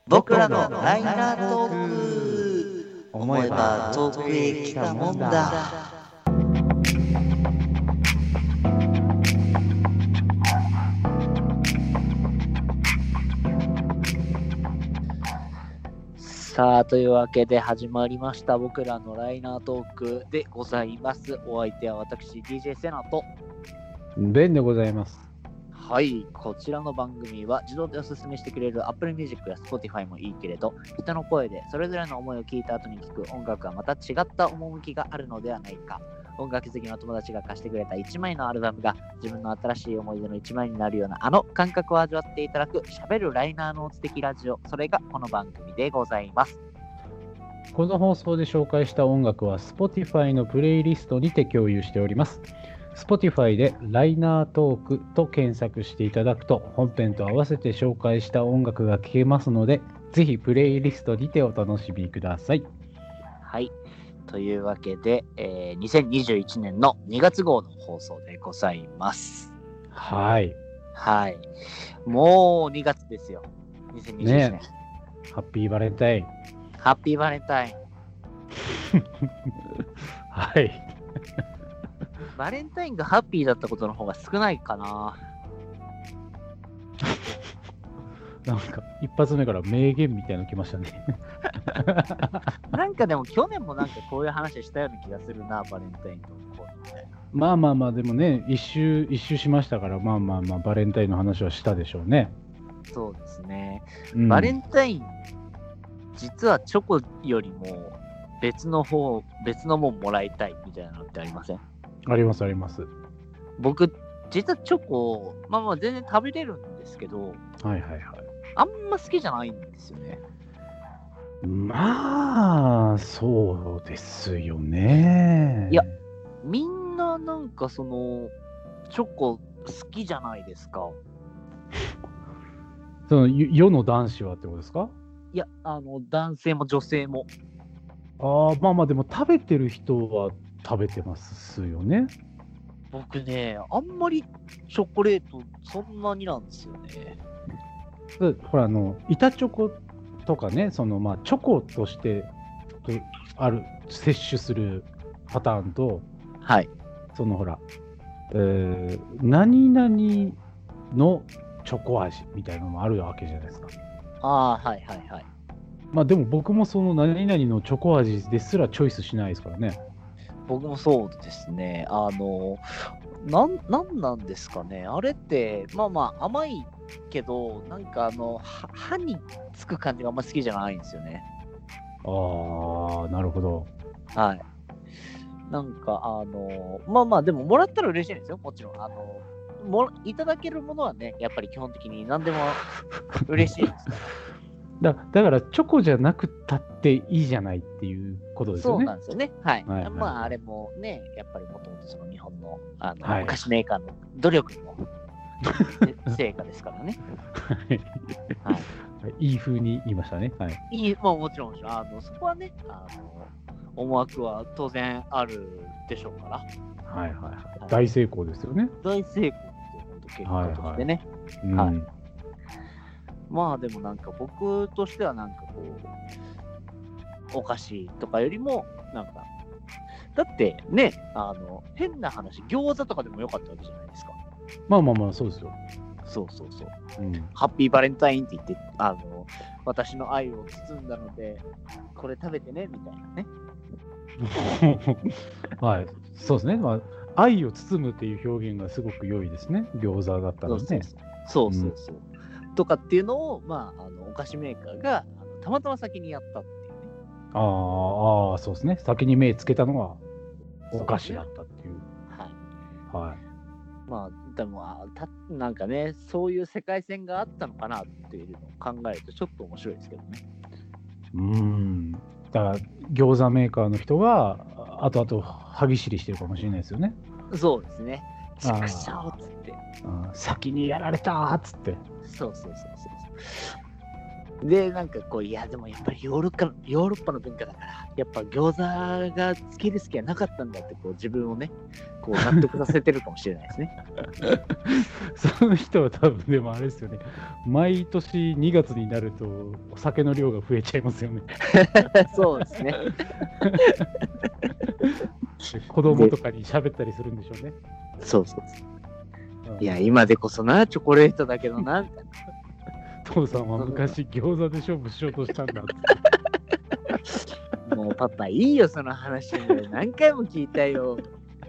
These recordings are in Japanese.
僕らのライナートーク、思えば遠くへ来たもんだ。さあ、というわけで始まりました僕らのライナートークでございます。お相手は私 DJ セナとベンでございます。 はい、こちらの番組は自動でおすすめしてくれる Apple Music や Spotify もいいけれど、人の声でそれぞれの思いを聞いた後に聞く音楽はまた違った趣があるのではないか。音楽好きの友達が貸してくれた1枚のアルバムが自分の新しい思い出の1枚になるようなあの感覚を味わっていただく喋るライナーノーツ的ラジオ、それがこの番組でございます。 この放送で紹介した音楽は Spotify のプレイリストにて共有しております。Spotify でライナートークと検索していただくと本編と合わせて紹介した音楽が聴けますので、ぜひプレイリストにてお楽しみください。 はい、というわけで、2021年の2月号の放送でございます。 はい。 はい。もう2月ですよ。2021年。 ね、ハッピーバレンタイン。 ハッピーバレンタイン。 はい。 バレンタインがハッピーだったことの方が少ないかな。 なんか一発目から名言みたいなの来ましたね。 なんかでも去年もなんかこういう話したような気がするな、バレンタインの頃みたいな。 まあでもね、一周しましたから、まあバレンタインの話はしたでしょうね。 そうですね。 バレンタイン、実はチョコよりも別のもんもらいたいみたいなのってありません？ ありますあります。 僕実はチョコ全然食べれるんですけど、 はい。 あんま好きじゃないんですよね。 まあそうですよね。 いや、みんななんかそのチョコ好きじゃないですか。 その世の男子はってことですか？ いや、男性も女性も。 まあでも食べてる人は食べてますよね。 僕ね、あんまりチョコレートそんなになんですよね。 ほら板チョコとかね、そのチョコとして摂取するパターンと、 はい。 そのほら、何々のチョコ味みたいなのもあるわけじゃないですか。 はい。 でも僕もその何々のチョコ味ですらチョイスしないですからね。 僕もそうですね。なんですかね。あれって、甘いけど、なんか歯につく感じがあんま好きじゃないんですよね。 なるほど。 はい。なんかでももらったら嬉しいんですよ。もちろん。いただけるものはね、やっぱり基本的に何でも嬉しいですから。 だからチョコじゃなくたっていいじゃないっていうことですよね。 そうなんですよね。はい。 はい。 あれもね、やっぱりもともとその日本のはい、 お菓子メーカーの努力の成果ですからね。 はい。いい風に言いましたね。はい。 もちろんそこはね、思惑は当然あるでしょうから。 はい。大成功ですよね。 大成功ですよ、本当結果としてね。はい。でもなんか僕としてはなんかこうお菓子とかよりもなんかだってね、変な話、餃子とかでもよかったわけじゃないですか。 そうですよ。 そう。ハッピーバレンタインって言って私の愛を包んだのでこれ食べてねみたいなね。 はい、そうですね。愛を包むっていう表現がすごく良いですね。餃子だったらね。 そう。とかっていうのをお菓子メーカーがたまたま先にやったっていうね。 そうですね。先に目つけたのはお菓子だったっていう。はい。 でもなんかね、そういう世界線があったのかなっていうのを考えるとちょっと面白いですけどね。 だから餃子メーカーの人が後々歯ぎしりしてるかもしれないですよね。 そうですね。ちくしょうっつって。 先にやられたーっつって。 そう。 で、なんかこう、いや、でもやっぱりヨーロッパの文化だから、やっぱ餃子が好きで好きはなかったんだって、こう自分をね、こう納得させてるかもしれないですね。 その人は多分でもあれですよね。毎年2月になるとお酒の量が増えちゃいますよね。 そうですね。 子供とかに喋ったりするんでしょうね。 そうそうそう。いや、今でこそな、チョコレートだけどな、みたいな。 父さんは昔餃子で勝負しようとしたんだって。 もうパパいいよ、その話。何回も聞いたよ。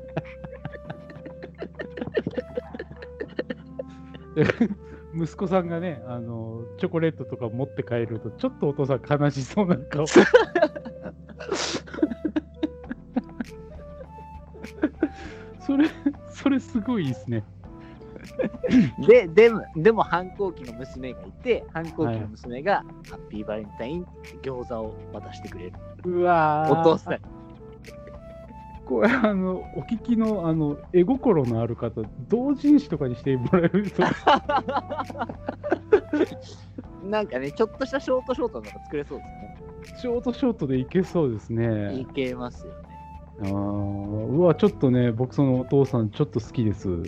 息子さんがね、チョコレートとか持って帰ると、ちょっとお父さん悲しそうな顔。それすごいですね。 でも反抗期の娘がいて、反抗期の娘がハッピーバレンタインって餃子を渡してくれる。 うわー、 お父さん。 これお聞きの絵心のある方、同人誌とかにしてもらえるとなんかね、ちょっとしたショートとか作れそうですね。 ショートでいけそうですね。 いけますよね。 うわ、ちょっとね、僕そのお父さんちょっと好きです。い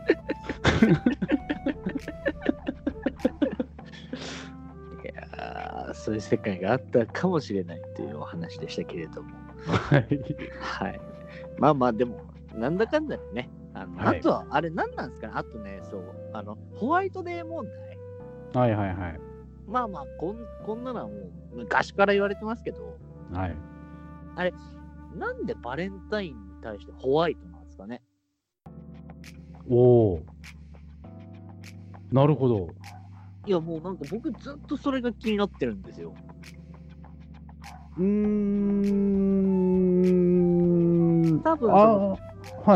やー、そういう世界があったかもしれないというお話でしたけれども。 はい。 はい。まあまあ、でも、なんだかんだでね、 はい、 あとは、あれ何なんですかね、あとね、そう、ホワイトデー問題。はいはいはい。 まあまあ、こんなのはもう昔から言われてますけど、 はい。 あれ、なんでバレンタインに対してホワイトなんですかね。 おー。なるほど。 いや、もうなんか僕ずっとそれが気になってるんですよ。多分はい、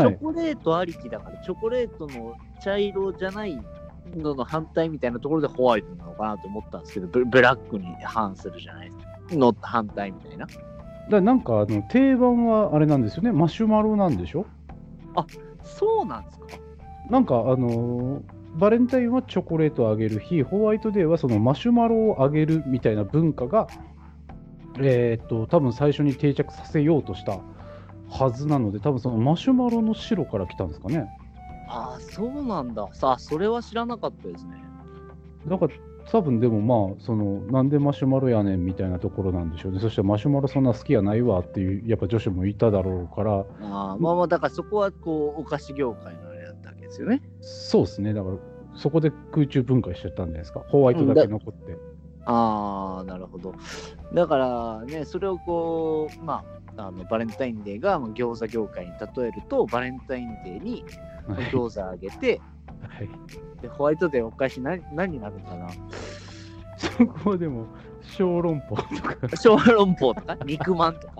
チョコレートありきだから、チョコレートの茶色じゃないのの反対みたいなところでホワイトなのかなと思ったんですけど、ブラックに反するじゃないですか。の反対みたいな。 なんか定番はあれなんですよね、マシュマロなんでしょ。 あ、そうなんですか。 なんかバレンタインはチョコレートをあげる日、ホワイトデーはそのマシュマロをあげるみたいな文化が、多分最初に定着させようとしたはずなので、多分そのマシュマロの白から来たんですかね。 ああ、そうなんだ。さあ、それは知らなかったですね。 だから多分でもまあなんでマシュマロやねんみたいなところなんでしょうね。そしてマシュマロそんな好きやないわっていうやっぱ女子もいただろうから。 まあまあ、だからそこはこうお菓子業界のあれだったわけですよね。 そうですね。だからそこで空中分解しちゃったんじゃないですか。ホワイトだけ残って。 ああ、なるほど。だからね、それをこう、バレンタインデーが餃子業界に例えると、バレンタインデーに餃子あげて、 はい、 でホワイトデーお返し何になるかな。 そこはでも小籠包とか小籠包とか肉まんとか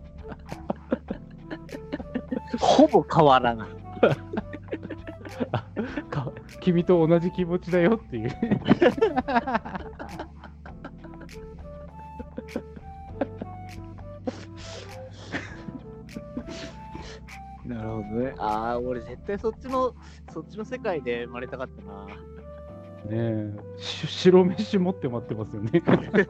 ほぼ変わらない君と同じ気持ちだよっていうなるほどね。ああ、俺絶対そっちの世界で生まれたかったな。 ねえ、白飯持って待ってますよね。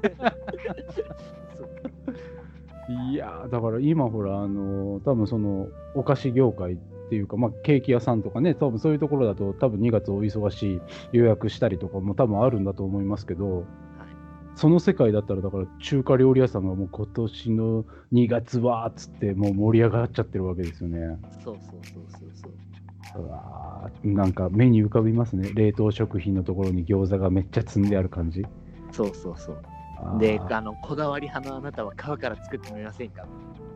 いやだから今ほら多分そのお菓子業界っていうか、ケーキ屋さんとかね、多分そういうところだと多分2月お忙しい予約したりとかも多分あるんだと思いますけど、その世界だったらだから中華料理屋さんがもう今年の2月はっつってもう盛り上がっちゃってるわけですよね。 そう。 うわなんか目に浮かびますね。冷凍食品のところに餃子がめっちゃ積んである感じ。 そう。で、こだわり派のあなたは皮から作ってみませんか。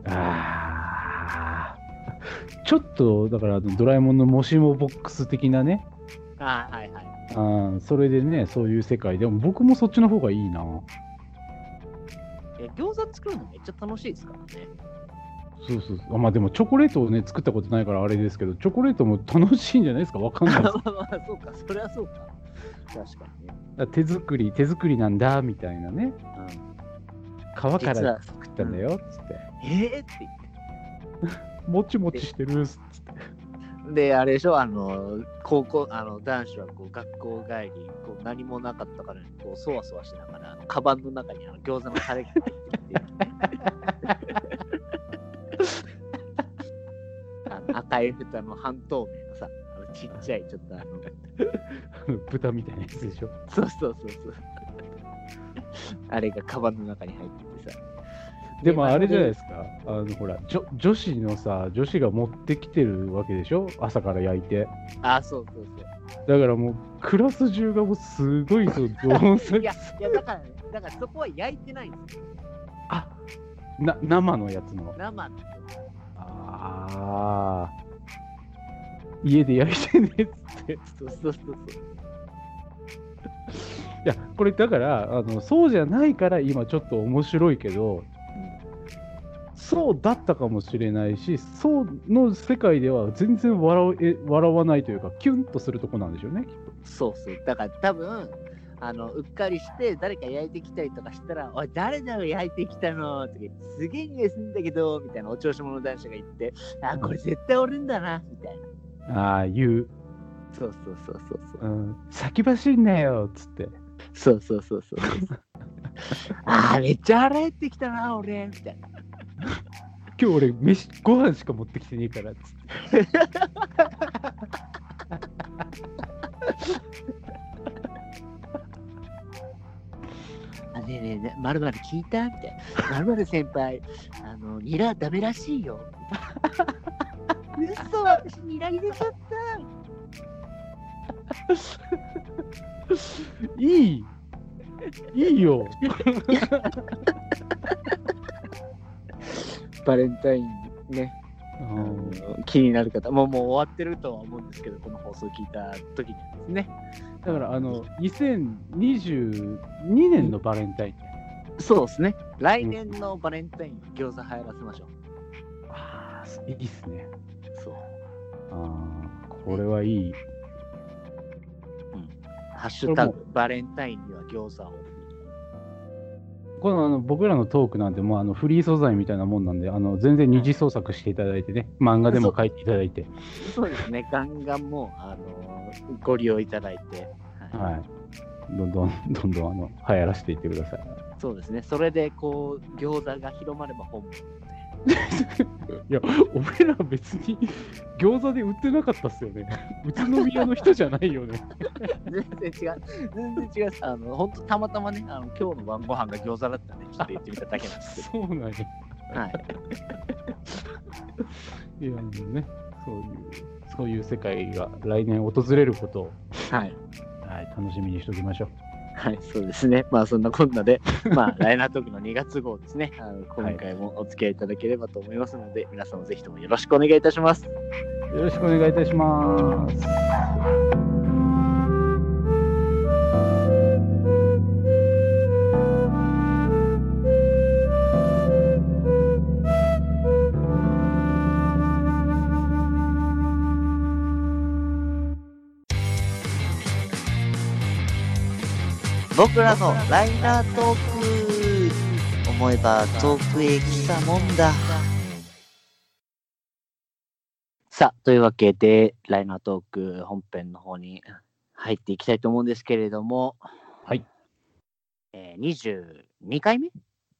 ちょっとだからドラえもんのもしもボックス的なね。 はい。 それでね、そういう世界でも僕もそっちの方がいいな。 いや、餃子作るのめっちゃ楽しいですからね。 そう。でもチョコレートをね作ったことないからあれですけど、チョコレートも楽しいんじゃないですか。わかんないです。 そうか、それはそうか。確かにね。 手作りなんだみたいなね。皮から作ったんだよっつって。 って言って。 もちもちしてるっつって。 で、あれでしょ、高校、男子はこう学校帰り、こう何もなかったから、こう、そわそわしながら、カバンの中に餃子のタレが入ってきて、赤い蓋の半透明のさ、ちっちゃい、ちょっと豚みたいなやつでしょ。 そう。あれがカバンの中に入っててさ。 でもあれじゃないですか、ほら、女子が持ってきてるわけでしょ、朝から焼いて。 そう。 だからもう、クラス中がもうすごいそう、どうせ。 いや、だからそこは焼いてないんですよ。 生のやつの。 生の。 ああ。家で焼いてねっつって。 そう。 いや、これだから、そうじゃないから今ちょっと面白いけど、そうだったかもしれないし、そうの世界では全然笑わないというか、キュンとするとこなんでしょうね、きっと。 そう。だから多分、うっかりして誰か焼いてきたりとかしたら、おい、誰だよ焼いてきたのとか、すげえ匂いすんだけど、みたいなお調子者男子が言って、これ絶対俺んだな、みたいな。 言う。 そう。 先走んなよ、つって。 そう。めっちゃ腹減ってきたな、俺、みたいな。 今日俺ご飯しか持ってきてねえからっつって。 ねえ、まるまる聞いたみたいな。まるまる先輩、ニラダメらしいよ。嘘、私ニラ入れちゃった。 いいよ。 バレンタインね、気になる方もう終わってるとは思うんですけど、この放送を聞いた時にはですね。 だから2022年のバレンタイン。 そうですね。来年のバレンタイン餃子流行らせましょう。 いいっすね。 そう。 これはいい。 ハッシュタグバレンタインには餃子を。 この僕らのトークなんてもうフリー素材みたいなもんなんで、全然二次創作していただいてね、漫画でも書いていただいて。 そうですね。ガンガンもご利用いただいて、 どんどん流行らせていってください。 そうですね。それでこう餃子が広まれば本望。 いや、俺ら別に餃子で売ってなかったっすよね。宇都宮の人じゃないよね。 全然違う。本当たまたまね、今日の晩ご飯が餃子だったんで、ちょっと言ってみただけなんですけど。 そうなんや。いや、ね、そういう世界が来年訪れることを、楽しみにしておきましょう。 そうですね。そんなこんなで、ライナートークの2月号ですね。今回もお付き合いいただければと思いますので、皆さんもぜひともよろしくお願いいたします。 よろしくお願いいたします。 僕らのライナートーク、思えば遠くへ来たもんだ。さあ、というわけでライナートーク本編の方に入っていきたいと思うんですけれども、22回目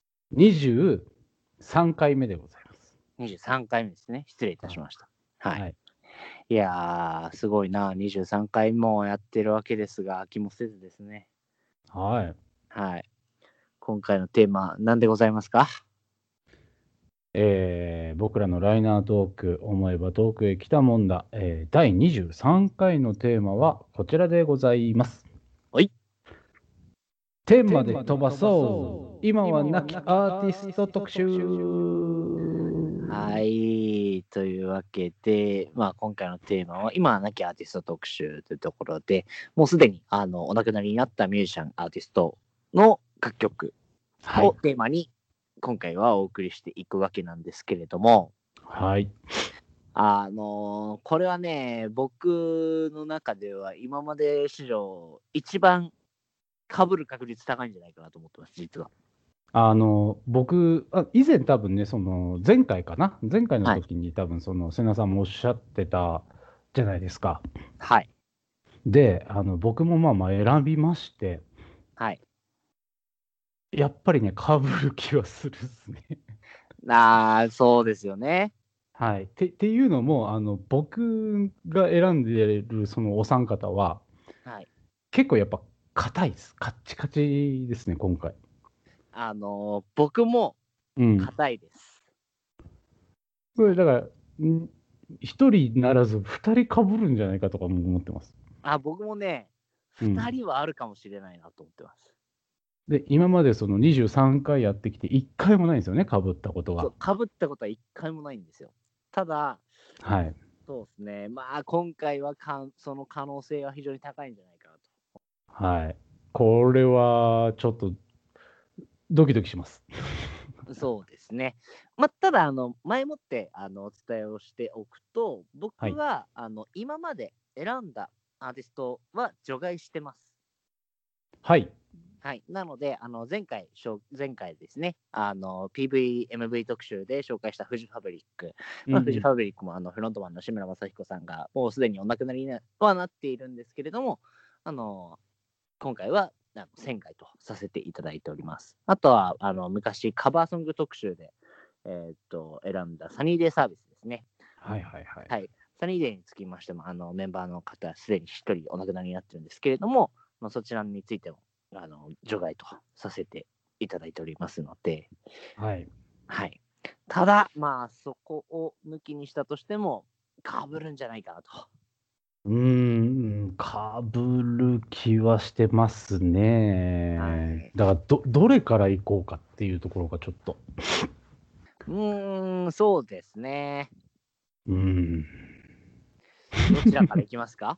?23 回目でございます。 23回目ですね。失礼いたしました。いやー、すごいな。23回もやってるわけですが、飽きもせずですね。今回のテーマ、何でございますか？ 僕らのライナートーク、思えば遠くへ来たもんだ。第23回のテーマはこちらでございます。天まで飛ばそう。今は亡きアーティスト特集。 というわけで、今回のテーマは今は亡きアーティスト特集というところで、もうすでにお亡くなりになったミュージシャン、アーティストの楽曲をテーマに今回はお送りしていくわけなんですけれども、これはね、僕の中では今まで史上一番被る確率高いんじゃないかなと思ってます、実は。 僕以前多分ね、前回の時に多分瀬名さんもおっしゃってたじゃないですか。 はい。 で、僕もまあ選びまして、 はい。 やっぱりね、被る気はするっすね。 そうですよね。 はい。っていうのも、僕が選んでるそのお三方は、 はい。 結構やっぱ硬いです。カッチカチですね、今回。 僕もうん。 硬いです。 これだから、一人ならず二人被るんじゃないかとかも思ってます。 僕もね、 うん。 2人はあるかもしれないなと思ってます。 で、今までその23回やってきて、1回もないんですよね、被ったことが。 そう、かぶったことは1回もないんですよ。ただ、 はい。 そうですね、今回はその可能性は非常に高いんじゃないかなと。 はい。これは、ちょっと、ドキドキします。 そうですね。ただ、前もって、お伝えをしておくと、 はい。 僕は、今まで選んだアーティストは除外してます。 はい。 はい。なので、前回ですね、PV、MV 特集で紹介したフジファブリック。フジファブリックも、フロントマンの志村正彦さんが、もうすでにお亡くなりにはなっているんですけれども、今回は、1000回とさせていただいております。あとは、昔、カバーソング特集で、選んだサニーデイサービスですね。 はいはいはい。 はい。サニーデイにつきましても、メンバーの方、すでに1人お亡くなりになってるんですけれども、そちらについても、除外とさせていただいておりますので、 はい。 はい。ただ、そこを抜きにしたとしても、かぶるんじゃないかなと。 かぶる気はしてますはね。 い。 だからどれから行こうかっていうところがちょっと。 そうですね。 うーん。 どちらからいきますか？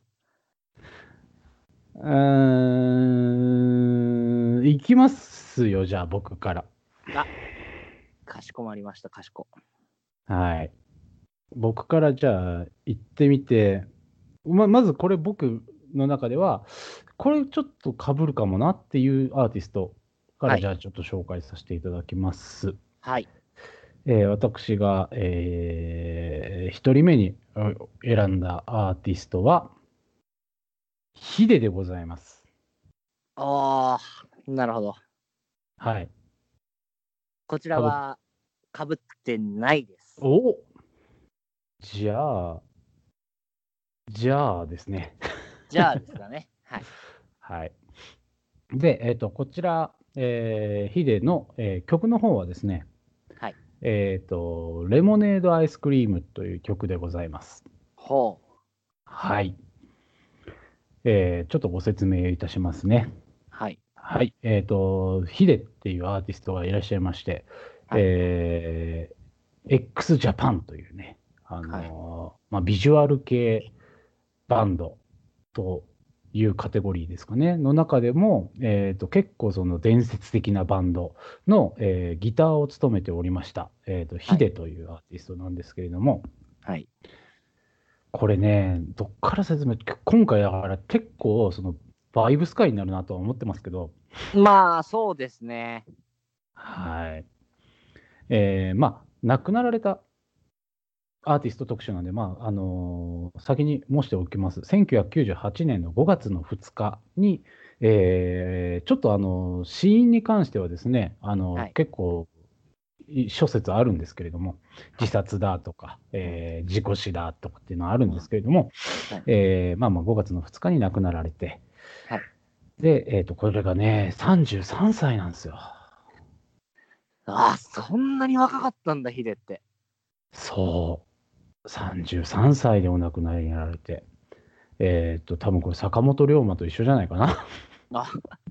行きますよ、じゃあ僕から。 かしこまりました、かしこ。 はい。僕からじゃあ行ってみて、まずこれ僕の中では、これちょっと被るかもなっていうアーティストからじゃあちょっと紹介させていただきます。 はい。 私が、1人目に選んだアーティストは、ヒデでございます。 なるほど。 はい。 こちらは、かぶってないです。 おじゃあですね。 じゃあですかね。はい。 はい。で、こちら、ヒデの、曲の方はですね、 はい。 レモネードアイスクリームという曲でございます。 ほう。 はい。ちょっとご説明いたしますね。 はい。 はい。ヒデっていうアーティストがいらっしゃいまして、 はい。 x ジャパンというね、ビジュアル系バンドというカテゴリーですかね、の中でも、結構その伝説的なバンドの、ギターを務めておりました、ヒデというアーティストなんですけれども、 はい。 これね、どっから説明、今回だから結構そのバイブス界になるなとは思ってますけど、 そうですね。 はい。亡くなられたアーティスト特集なんで、先に申しておきます。1998年の5月の2日に、ちょっと死因に関してはですね、 はい。 結構諸説あるんですけれども、 はい。 自殺だとか、 うん事故死だとかっていうのはあるんですけれども、 はい。 5月の2日に亡くなられて、 はい。 で、これがね、33歳なんですよ。 そんなに若かったんだ、ヒデって。 そう。33歳でお亡くなりになられて。多分これ坂本龍馬と一緒じゃないかな。 あ、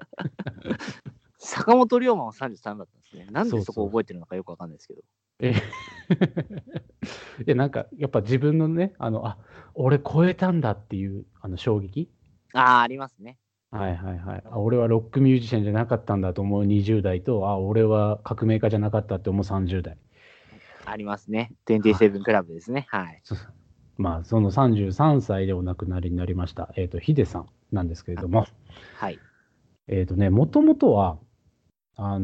坂本龍馬も33だったんですね。なんでそこそうそう。 覚えてるのかよくわかんないですけど。 えいや、なんか、やっぱ自分のね、俺超えたんだっていう、衝撃。 ありますね。 はいはいはい。俺はロックミュージシャンじゃなかったんだと思う20代と、俺は革命家じゃなかったって思う30代。 ありますね。 はい。 27クラブですね。はい。 その33歳でお亡くなりになりました、ヒデさんなんですけれども、 はい。 もともとは、あ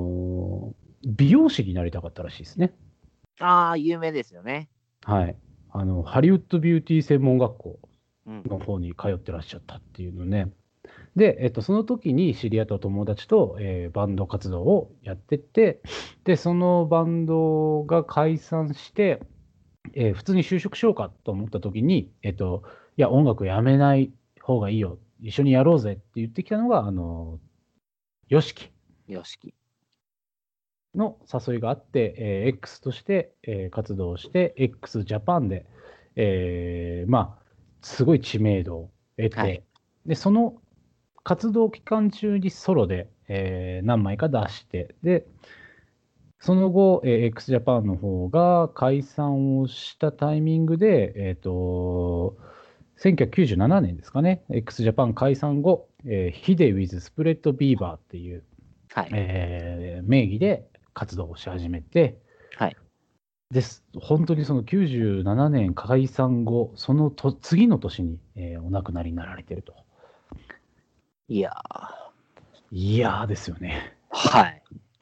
の美容師になりたかったらしいですね。 有名ですよね。 はい。 ハリウッドビューティー専門学校うん。 の方に通ってらっしゃったっていうのね。で、その時に知り合った友達と、バンド活動をやってって、で、そのバンドが解散して、普通に就職しようかと思った時に、いや、音楽やめない方がいいよ、一緒にやろうぜって言ってきたのが、YOSHIKI よしき。 の誘いがあって、X として、活動して、x ジャパンで、まあ、すごい知名度を得て、 はいで、その活動期間中にソロで、何枚か出して、で、その後、x ジャパンの方が解散をしたタイミングで、1997年ですかね、x ジャパン解散後、ヒデ with スプレッドビーバーっていう、 はい。 名義で活動をし始めて、 はい。 です本当にその97年解散後、その次の年に、お亡くなりになられてると。 いやいやーですよね。 はい。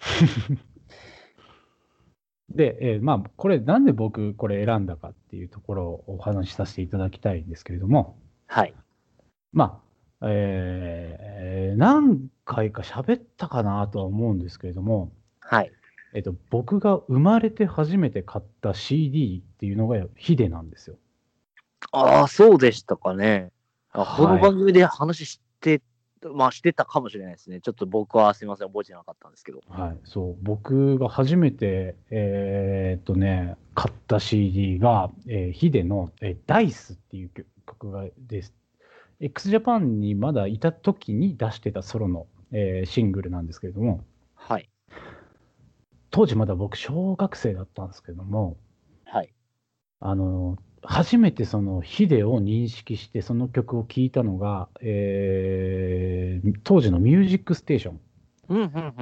で、まあ、これ、なんで僕、これ選んだかっていうところをお話しさせていただきたいんですけれども、 はい。 まあ、何回か喋ったかなとは思うんですけれども、 はい。 僕が生まれて初めて買った CD っていうのがヒデなんですよ。 ああ、そうでしたかね。このはい。 番組で話してたかもしれないですね。ちょっと僕はすみません、覚えてなかったんですけど。 はい、そう、僕が初めて、買った CD が、ヒデの、ダイスっていう曲がです。x ジャパンにまだいた時に出してたソロの、シングルなんですけれども、 はい。 当時まだ僕小学生だったんですけども、 はい。 初めてそのヒデを認識してその曲を聴いたのが、当時のミュージックステーションうん、うん、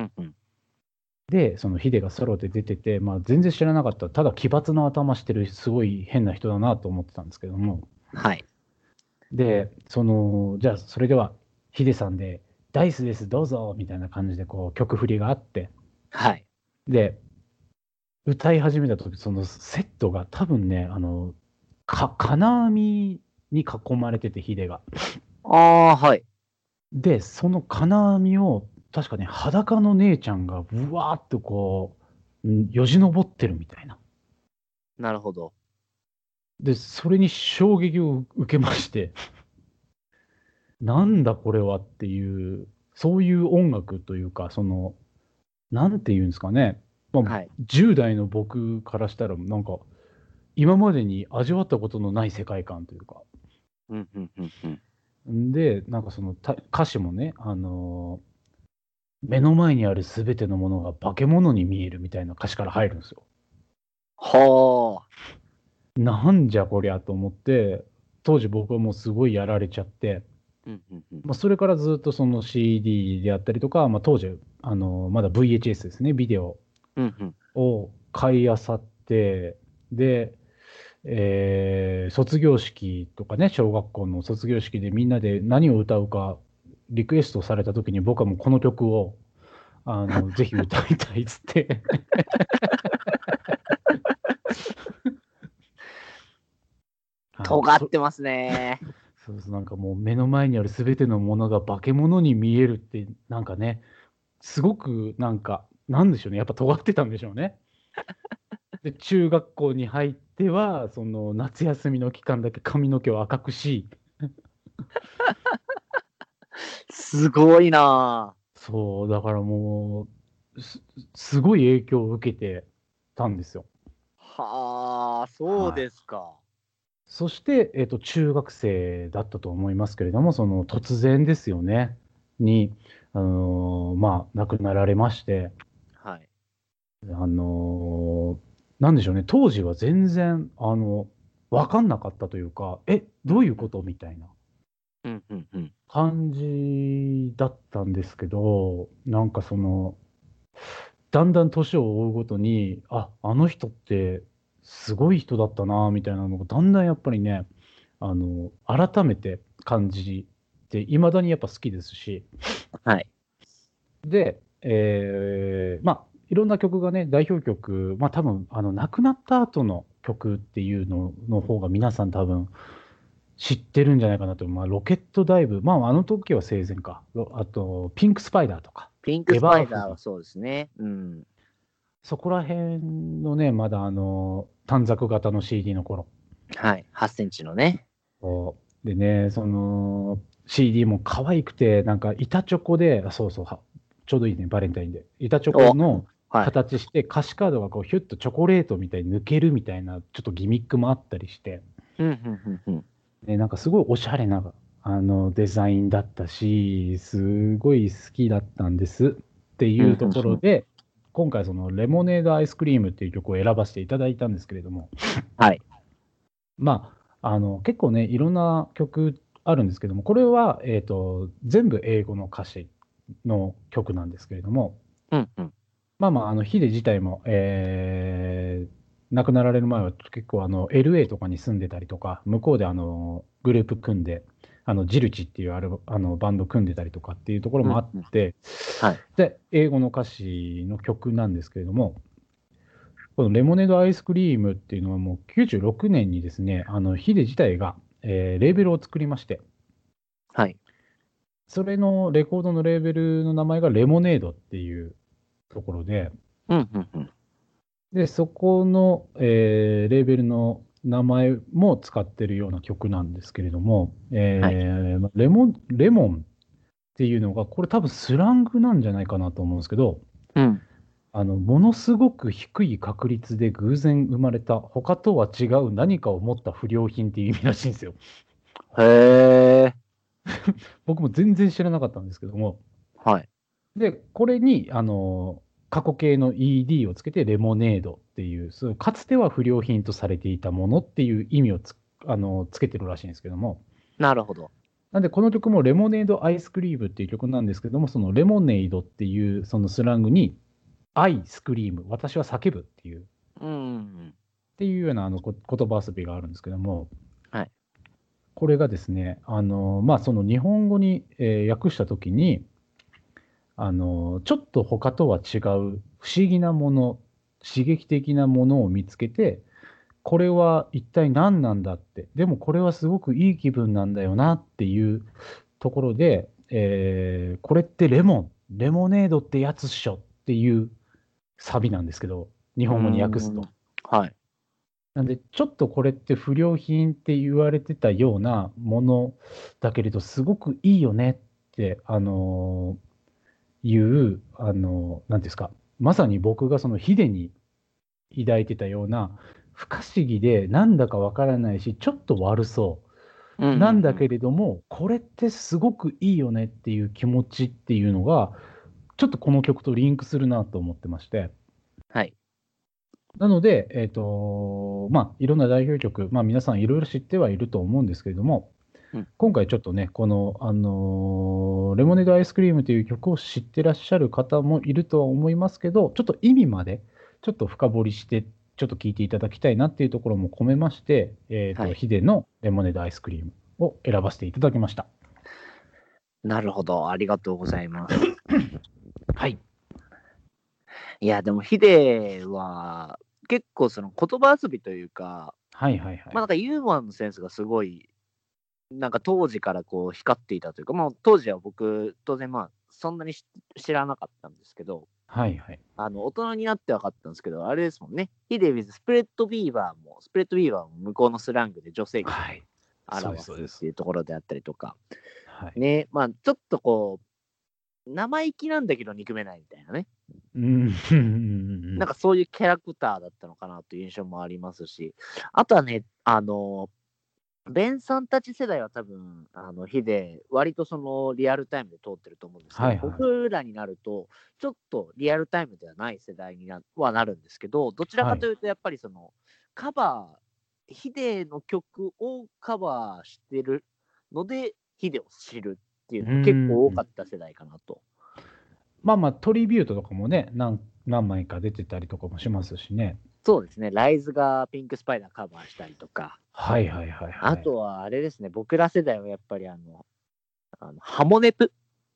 うん、うん。 で、そのヒデがソロで出てて、まあ、全然知らなかった、ただ奇抜な頭してるすごい変な人だなと思ってたんですけども、 はい。 で、じゃあそれではヒデさんで、ダイスです、どうぞみたいな感じでこう曲振りがあって、 はい。 で、歌い始めた時そのセットが多分ね、金網に囲まれてて、ヒデが。 ああ、はい。 で、その金網を、確かね、裸の姉ちゃんがうわーっとこう、よじ登ってるみたいな。 なるほど。 で、それに衝撃を受けまして、なんだこれはっていう、そういう音楽というか、なんていうんですかね、まあ、 はい。 10代の僕からしたら、なんか、今までに味わったことのない世界観というか、 うん、うん、うん、うん。 で、なんか歌詞もね、目の前にあるすべてのものが化け物に見えるみたいな歌詞から入るんですよ。 はあ。 なんじゃこりゃと思って、当時僕はもうすごいやられちゃって、 うん、うん、うん。 まあ、それからずっとその CD であったりとか、まあ、当時まだ VHS ですね、ビデオうん、うん。 を買い漁って、で、卒業式とかね、小学校の卒業式でみんなで何を歌うかリクエストされた時に、僕はもうこの曲をぜひ歌いたいっつって尖ってますね。 そうそう、なんかもう目の前にあるすべてのものが化け物に見えるって、なんかね、すごくなんか、なんでしょうね、やっぱ尖ってたんでしょうね。で、中学校に入っては、その夏休みの期間だけ髪の毛を赤くし、 すごいなそう、だからもう、すごい影響を受けてたんですよ。 ぁ。はあ、そうはい。 ですか。 そして、中学生だったと思いますけれども、その突然ですよね、に、まあ、亡くなられまして、 はい。 なんでしょうね、当時は全然、分かんなかったというか、 うん、 どういうことみたいなうん、うん、うん。 感じだったんですけど、なんかだんだん年を追うごとに、あの人ってすごい人だったな、みたいなのが、だんだんやっぱりね、改めて感じて、いまだにやっぱ好きですし、 はい。 で、まあ、 いろんな曲がね、代表曲、まあ多分、亡くなった後の曲っていうのの方が皆さん多分知ってるんじゃないかなと。まあ、ロケットダイブ、まああの時は生前か。あと、ピンクスパイダーとか、 ピンクエスパイダーバーフリー、 はそうですね。うん。 そこら辺のね、まだ短冊型の CD の頃。 はい。8センチのね。 そうでね、その CD も可愛くて、なんか板チョコで、そうそう、ちょうどいいね、バレンタインで。板チョコお、 のはい。 形して、歌詞カードがこうヒュッとチョコレートみたいに抜けるみたいな、ちょっとギミックもあったりして、 うん、うん、うん、うん。 ね、なんかすごいおしゃれなデザインだったし、すごい好きだったんですってうん、 いうとこうん、うん。 ろで、今回そのレモネードアイスクリームっていう曲を選ばせていただいたんですけれども、 はい。 まあ、結構ね、いろんな曲あるんですけども、これは、全部英語の歌詞の曲なんですけれども、 うん、うん。 まあまあ、ヒデ自体も、亡くなられる前は結構LA とかに住んでたりとか、向こうでグループ組んで、ジルチっていうバンド組んでたりとかっていうところもあうん、 っうん。 て、 はい。 で、英語の歌詞の曲なんですけれども、このレモネードアイスクリームっていうのはもう96年にですね、ヒデ自体が、レーベルを作りまして、 はい。 それのレコードのレーベルの名前がレモネードっていうところで、 うん、うん、うん。 で、そこの、レーベルの名前も使ってるような曲なんですけれども、 はい。 レモンっていうのが、これ多分スラングなんじゃないかなと思うんですけど、 うん。 ものすごく低い確率で偶然生まれた、他とは違う何かを持った不良品っていう意味らしいんですよ。 へえ。 僕も全然知らなかったんですけども。 はい。 で、これに、過去形の ED をつけて、レモネードっていう、そうかつては不良品とされていたものっていう意味をつけてるらしいんですけども。 なるほど。 なんで、この曲もレモネードアイスクリームっていう曲なんですけども、そのレモネードっていうそのスラングに、アイスクリーム、私は叫ぶっていう、っうん。 ていうような言葉遊びがあるんですけども、 はい。 これがですね、まあ、その日本語に、訳したときに、ちょっと他とは違う不思議なもの、刺激的なものを見つけて、これは一体何なんだって、でもこれはすごくいい気分なんだよなっていうところで、これってレモネードってやつっしょっていうサビなんですけど、日うー本語に訳すん。 と。 はい。 なんで、ちょっとこれって不良品って言われてたようなものだけれど、すごくいいよねって、いう、なんていうんですか、まさに僕がそのヒデに抱いてたような、不可思議で、なんだかわからないし、ちょっと悪そう。 うん、うん、うん。 なんだけれども、これってすごくいいよねっていう気持ちっていうのが、ちょっとこの曲とリンクするなと思ってまして。 はい。 なので、まあ、いろんな代表曲、まあ、皆さんいろいろ知ってはいると思うんですけれども、 うん。 今回ちょっとね、この、レモネードアイスクリームという曲を知ってらっしゃる方もいるとは思いますけど、ちょっと意味までちょっと深掘りして、ちょっと聞いていただきたいなっていうところも込めまして、 はい。 ヒデのレモネードアイスクリームを選ばせていただきました。 なるほど。ありがとうございます。 はい。 いや、でもヒデは結構その言葉遊びというか、 はいはいはい。 まあなんかユーモアのセンスがすごい、なんか当時からこう光っていたというか、まあ当時は僕、当然まあそんなに知らなかったんですけど、 はいはい。 大人になって分かったんですけど、あれですもんね。ヒデ with スプレッドビーバーも向こうのスラングで女性器をはい。そうです、 表すっそうです。 ていうところであったりとか、 はい。 ね、まあちょっとこう、生意気なんだけど憎めないみたいなね。 うん、うんうんうんなんかそういうキャラクターだったのかなという印象もありますし、あとはね、ベンさんたち世代は多分、ヒデ、割とそのリアルタイムで通ってると思うんですけど、 はいはい。 僕らになると、ちょっとリアルタイムではない世代になるんですけど、どちらはい。 かというと、やっぱりその、カバヒデの曲をカバーしてるので、ヒデを知るっていううのが結構多かん。 った世代かなと。 まあまあ、トリビュートとかもね、何枚か出てたりとかもしますしね。 そうですね、ライズがピンクスパイダーカバーしたりとか、 はいはいはいはい。 あとはあれですね、僕ら世代はやっぱりハモネプ。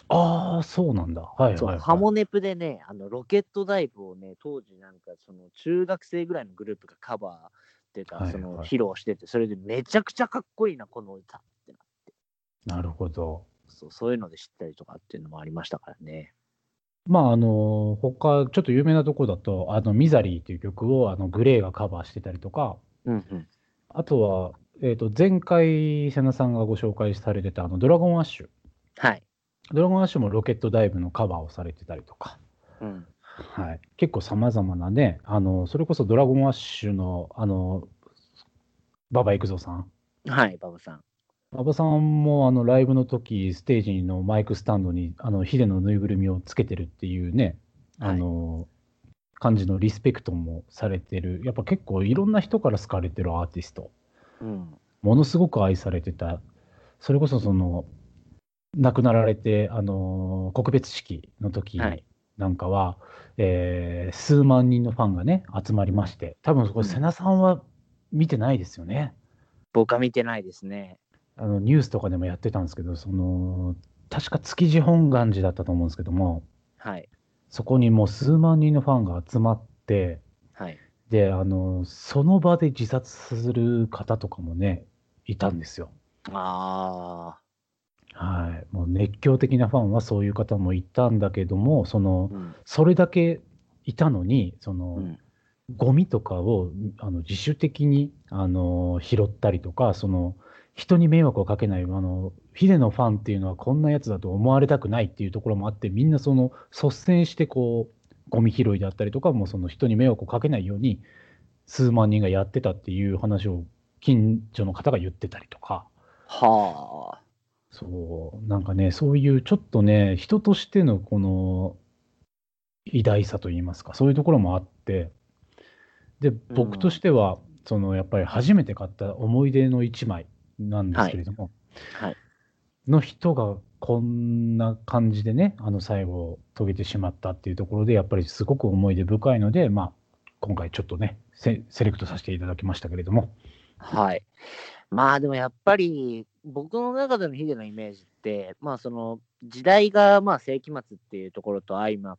ああ、そうなんだ。はいそう、 はいはい。 ハモネプでね、ロケットダイブをね、当時なんかその中学生ぐらいのグループがカバーっていうか、 はいそのはい。 披露してて、それでめちゃくちゃかっこいいな、この歌ってな。 なるほど。 そう、そういうので知ったりとかっていうのもありましたからね。 まあ、他、ちょっと有名なとこだと、ミザリーっていう曲を、グレーがカバーしてたりとか、 うんうん。 あとは、前回、瀬名さんがご紹介されてた、ドラゴンアッシュ。 はい。 ドラゴンアッシュもロケットダイブのカバーをされてたりとか、 うん。 はい。結構様々なね、それこそドラゴンアッシュの、馬場育三さん。 はい、馬場さん。 馬場さんも、ライブの時、ステージのマイクスタンドに、ヒデのぬいぐるみをつけてるっていうね、あはい。 の、感じのリスペクトもされてる、やっぱ結構いろんな人から好かれてるアーティスト、 うん。 ものすごく愛されてた、それこそ亡くなられて、告別式の時はい。 なんかは、数万人のファンがね、集まりうん。 まして、多分これ、 うん。 瀬名さんは見てないですよね。 僕は見てないですね。 ニュースとかでもやってたんですけど、確か築地本願寺だったと思うんですけども、 はい。 そこにもう数万人のファンが集まって、 はい。 で、その場で自殺する方とかもね、いたんですよ。 ああ。 はい。もう熱狂的なファンはそういう方もいたんだけども、 うん。 それだけいたのに、 うん。 ゴミとかを自主的に拾ったりとか、人に迷惑をかけない、ヒデのファンっていうのはこんなやつだと思われたくないっていうところもあって、みんな率先してゴミ拾いであったりとか、もう人に迷惑をかけないように、数万人がやってたっていう話を近所の方が言ってたりとか、 はあ。 そう、なんかね、そういうちょっとね、人としてのこの偉大さといいますか、そういうところもあって、で、僕とうん。 しては、やっぱり初めて買った思い出の一枚なんではい。 すけれども、 はい。 の人がこんな感じでね、最後を遂げてしまったっていうところで、やっぱりすごく思い出深いので、まあ、今回ちょっとね、セレクトさせていただきましたけれども、 はい。まあでもやっぱり、僕の中でのヒデのイメージって、まあその時代がまあ世紀末っていうところと相まって、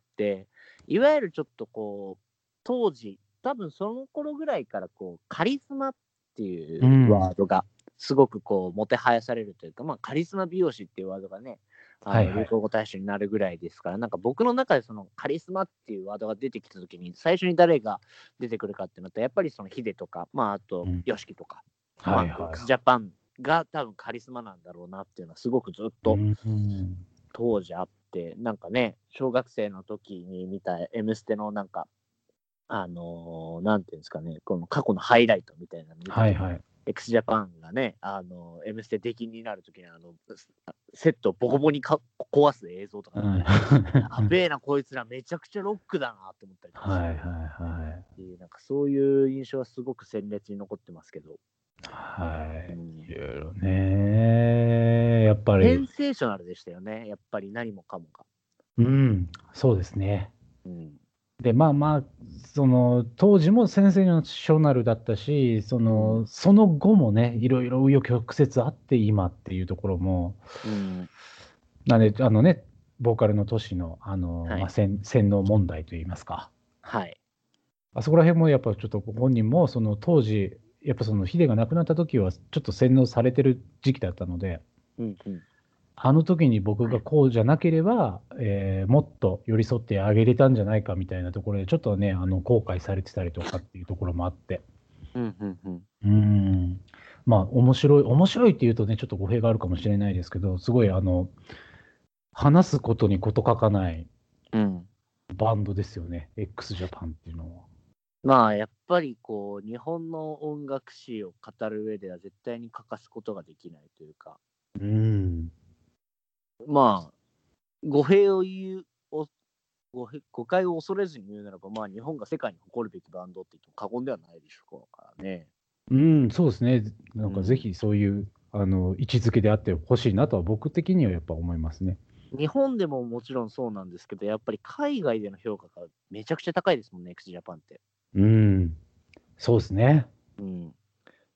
いわゆるちょっとこう、当時、多分その頃ぐらいからこう、カリスマっていうワうん、 ードがすごくこう、もてはやされるというか、まあカリスマ美容師っていうワードがね、流はいはい。 行語大賞になるぐらいですから、なんか僕の中でそのカリスマっていうワードが出てきたときに、最初に誰が出てくるかってなったら、やっぱりそのヒデとか、まああと、 うん、 ヨシキとか、まあ、 はいはい x ジはャパンが多分カリスマなんだろうなっていうのはすごくずっい。うとん、うん、 当時あって、なんかね、小学生の時に見た M ステのなんか、なんていうんですかね、この過去のハイライトみたいなの見た時に、 はいはい。 x ジャパンがね、M ステ出禁になる時にセットをボコボコに壊す映像とかうん、 見て、やべえな、こいつらめちゃくちゃロックだなって思ったりとかして、 はいはいはい。 なんかそういう印象はすごく鮮烈に残ってますけど、うはい。いん、 ろいろね。やっぱり、 センセーショナルでしたよね。やっぱり何もかもが。 うん、そうですね。 うん。 で、まあまあ、当時もセンセーショナルだったし、 うん。 その後もね、いろいろ紆余曲折あって今っていうところも、 うん。 なんで、ボーカルの都市の、 はい。 洗脳問題といいますか。 はい。 あそこら辺もやっぱちょっとご本人も、当時、やっぱヒデが亡くなった時は、ちょっと洗脳されてる時期だったので、 うん。うん。 あの時に僕がこうじゃなければ、もっと寄り添ってあげれたんじゃないかみたいなところで、ちょっとね、後悔されてたりとかっていうところもあって。 うん。うん。うん。 うーん。まあ、面白いっていうとね、ちょっと語弊があるかもしれないですけど、すごい、話すことに事欠かないうん。 バンドですよね、x ジャパンっていうのは。 まあ、やっぱりこう、日本の音楽史を語る上では絶対に欠かすことができないというか、 うーん。 まあ、語弊を言う、誤解を恐れずに言うならば、まあ、日本が世界に誇るべきバンドって言っても過言ではないでしょうからね。 うん、そうですね。なんかぜうん。 ひそういう、位置づけであってほしいなとは僕的にはやっぱ思いますね。 日本でももちろんそうなんですけど、やっぱり海外での評価がめちゃくちゃ高いですもんね、x ジャパンって。 うん。そうですね。 うん。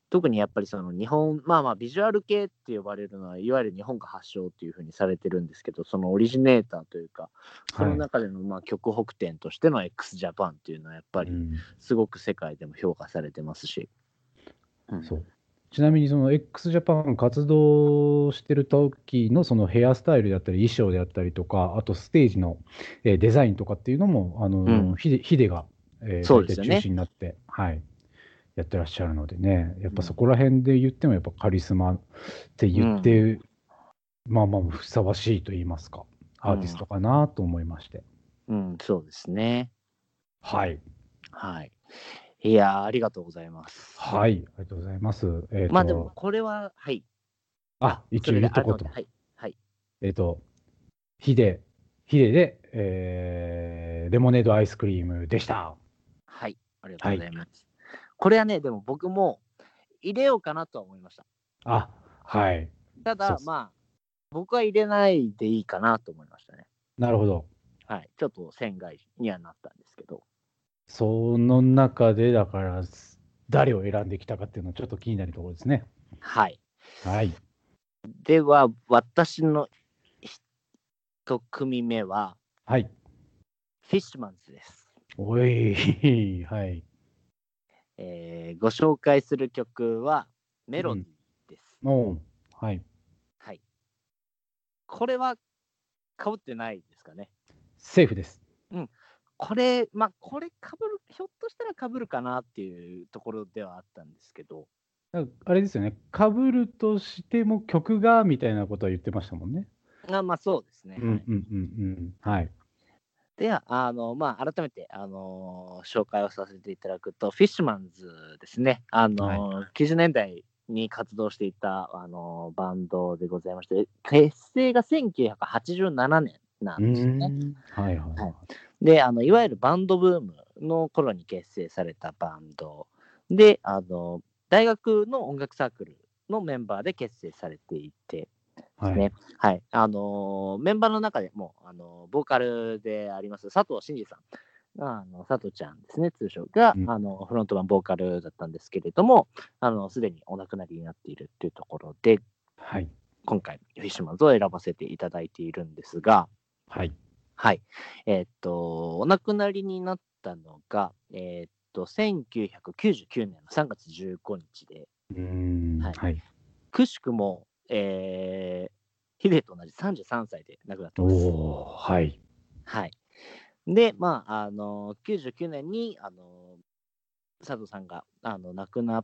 特にやっぱりその日本、ビジュアル系って呼ばれるのは、いわゆる日本が発祥っていうふうにされてるんですけど、そのオリジネーターというか、その中での曲北点としての x ジャパンっていうのは、やっぱりすごく世界でも評価されてますし。 そう。ちなみにその x ジャパン活動してる時のそのヘアスタイルであったり衣装であったりとか、あとステージのデザインとかっていうのもヒデが大体中心になって、やってらっしゃるのでね、やっぱそこら辺で言ってもやっぱカリスマって言って、ふさわしいと言いますか、アーティストかなと思いまして。 そうですね。 はい。 いやありがとうございます。 はい、ありがとうございます。 でもこれは、 一応言っとこうと。ヒデで、レモネードアイスクリームでした。 はい、ありがとうございます。これはね、でも僕も入れようかなとは思いました。ただ、僕は入れないでいいかなと思いましたね。 なるほど。 ちょっと線外にはなったんですけど。 その中で、だから、誰を選んできたかっていうのはちょっと気になるところですね。 では、私の1組目は、フィッシュマンズです。 ご紹介する曲は、メロディーです。これは被ってないですかね。 セーフです。 これ被る、ひょっとしたら被るかなっていうところではあったんですけど。 あれですよね、被るとしても曲がみたいなことは言ってましたもんね。 そうですね。では、改めて、紹介をさせていただくと、フィッシュマンズですね。90年代に活動していた、バンドでございまして、結成が1987年なんですね。で、いわゆるバンドブームの頃に結成されたバンドで、大学の音楽サークルのメンバーで結成されていてですね。メンバーの中でも、ボーカルであります佐藤真二さんが、佐藤ちゃんですね、通称が、フロントマンボーカルだったんですけれども、すでにお亡くなりになっているっていうところで、今回、フィッシュマンズを選ばせていただいているんですが、お亡くなりになったのが、1999年の3月15日で、くしくも、ヒデと同じ33歳で亡くなってます。で、99年に佐藤さんが亡くなって、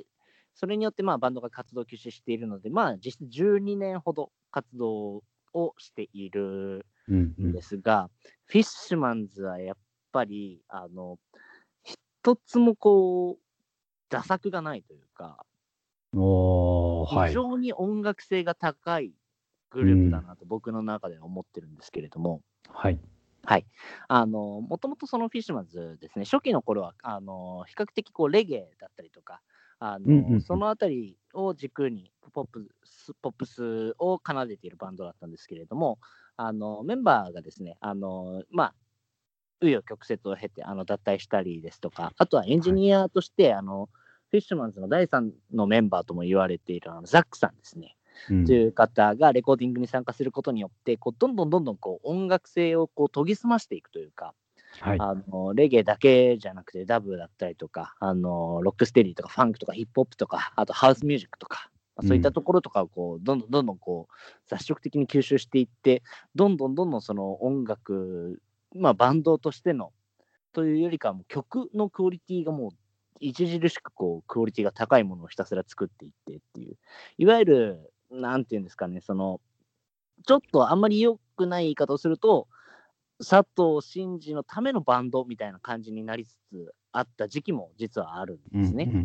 それによってバンドが活動休止しているので、実質12年ほど活動をしているんですが、フィッシュマンズはやっぱり一つもこう打作がないというか、非常に音楽性が高いグループだなと僕の中では思ってるんですけれども、もともとそのフィッシュマンズですね、初期の頃は比較的こうレゲエだったりとか、そのあたりを軸にポップスを奏でているバンドだったんですけれども、メンバーがですね、紆余曲折を経て脱退したりですとか、あとはエンジニアとして、フィッシュマンズの第3のメンバーとも言われているザックさんですね。という方がレコーディングに参加することによって、どんどんこう音楽性をこう研ぎ澄ましていくというか、レゲエだけじゃなくてダブだったりとか、ロックステディとかファンクとかヒップホップとか、あとハウスミュージックとか、そういったところとかをこうどんどんこう雑食的に吸収していって、どんどんその音楽、バンドとしてのというよりかはもう曲のクオリティがもう著しくこうクオリティが高いものをひたすら作っていってっていう、いわゆるなんていうんですかね、そのちょっとあんまり良くない言い方をすると、佐藤真二のためのバンドみたいな感じになりつつあった時期も実はあるんですね。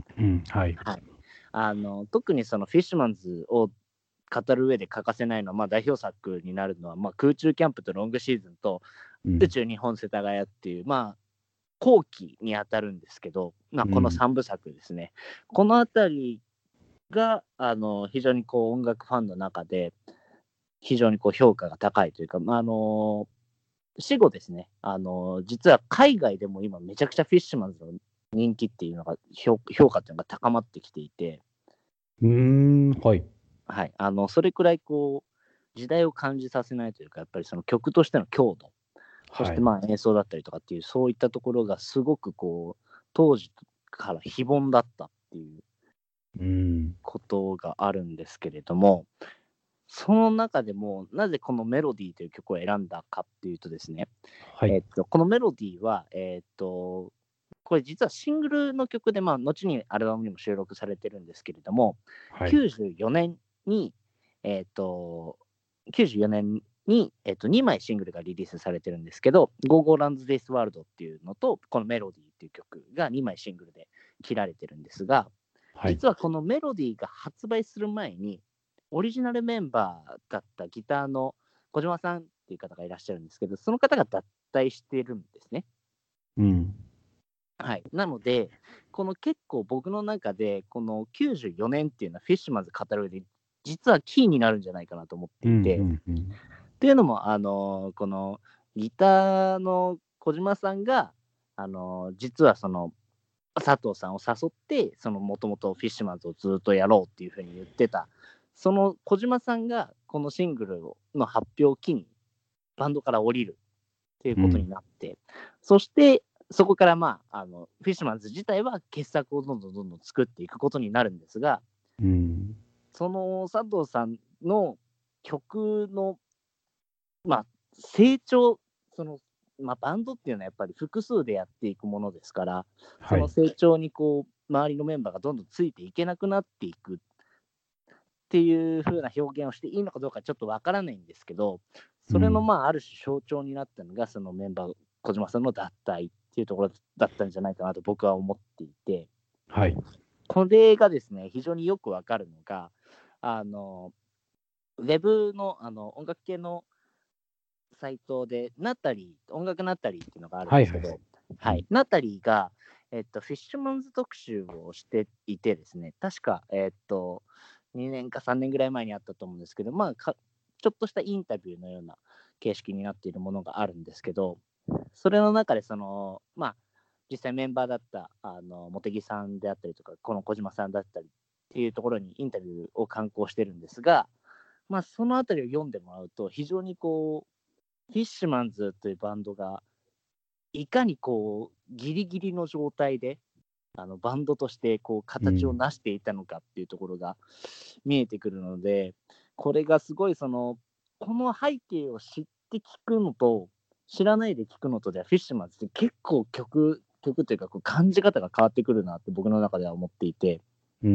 特にそのフィッシュマンズを語る上で欠かせないのは、代表作になるのは、空中キャンプとロングシーズンと宇宙日本世田谷っていう、後期にあたるんですけど、この3部作ですね。このあたりが非常にこう音楽ファンの中で非常にこう評価が高いというか、死後ですね、実は海外でも今めちゃくちゃフィッシュマンズの人気っていうのが評価っていうのが高まってきていて、 はい。 はい。それくらいこう、時代を感じさせないというか、やっぱりその曲としての強度、そしはい。 てまあ演奏だったりとかっていう、そういったところがすごくこう、当時から非凡だったっていううん。 ことがあるんですけれども、その中でも、なぜこのメロディーという曲を選んだかっていうとですね、 はい。 このメロディーは、これ実はシングルの曲で、まあ、後にアルバムにも収録されてるんですけれども、 はい。 94年に、えっと、94年に、2枚シングルがリリースされてるんですけど、Go Go Runs This World っていうのと、このメロディーっていう曲が2枚シングルで切られてるんですが、 はい。 実はこのメロディーが発売する前に、オリジナルメンバーだったギターの小島さんっていう方がいらっしゃるんですけど、その方が脱退してるんですね。 うん。 はい。なので、この結構僕の中で、この94年っていうのはフィッシュマンズ語る上で、実はキーになるんじゃないかなと思ってうん。ういて、っん。 ていうのも、このギターの小島さんが、実はその佐藤さんを誘って、そのもともとフィッシュマンズをずっとやろうっていうふうに言ってた、その小島さんがこのシングルの発表を機にバンドから降りるっていうことにうん。 なって、そしてそこからまあ、フィッシュマンズ自体は傑作をどんどん作っていくことになるんですが、 うん。 その佐藤さんの曲の、まあ、成長、その、まあ、バンドっていうのはやっぱり複数でやっていくものですから、そはい。 の成長にこう、周りのメンバーがどんどんついていけなくなっていくっていう風な表現をしていいのかどうかちょっとわからないんですけど、それのうん。 まあ、ある種象徴になったのが、そのメンバー、小島さんの脱退っていうところだったんじゃないかなと僕は思っていて、 はい。 これがですね、非常によくわかるのが、あの、ウェブの音楽系のサイトで、ナタリー、音楽ナタリーっていうのがあるんはい。はい。 ですけど、はい、 うん。 ナタリーが、フィッシュマンズ特集をしていてですね、確か、2年か3年ぐらい前にあったと思うんですけど、まあちょっとしたインタビューのような形式になっているものがあるんですけど、それの中で、まあ、実際メンバーだった茂木さんであったりとか、この小島さんだったりっていうところにインタビューを刊行してるんですが、まあ、そのあたりを読んでもらうと、非常にこう、フィッシュマンズというバンドが、いかにこう、ギリギリの状態で、バンドとしてこう形をうん。 成していたのかっていうところが見えてくるので、これがすごいこの背景を知って聞くのと、知らないで聞くのとでは、フィッシュマンズって結構曲というかこう感じ方が変わってくるなって僕の中では思っていて、 うん。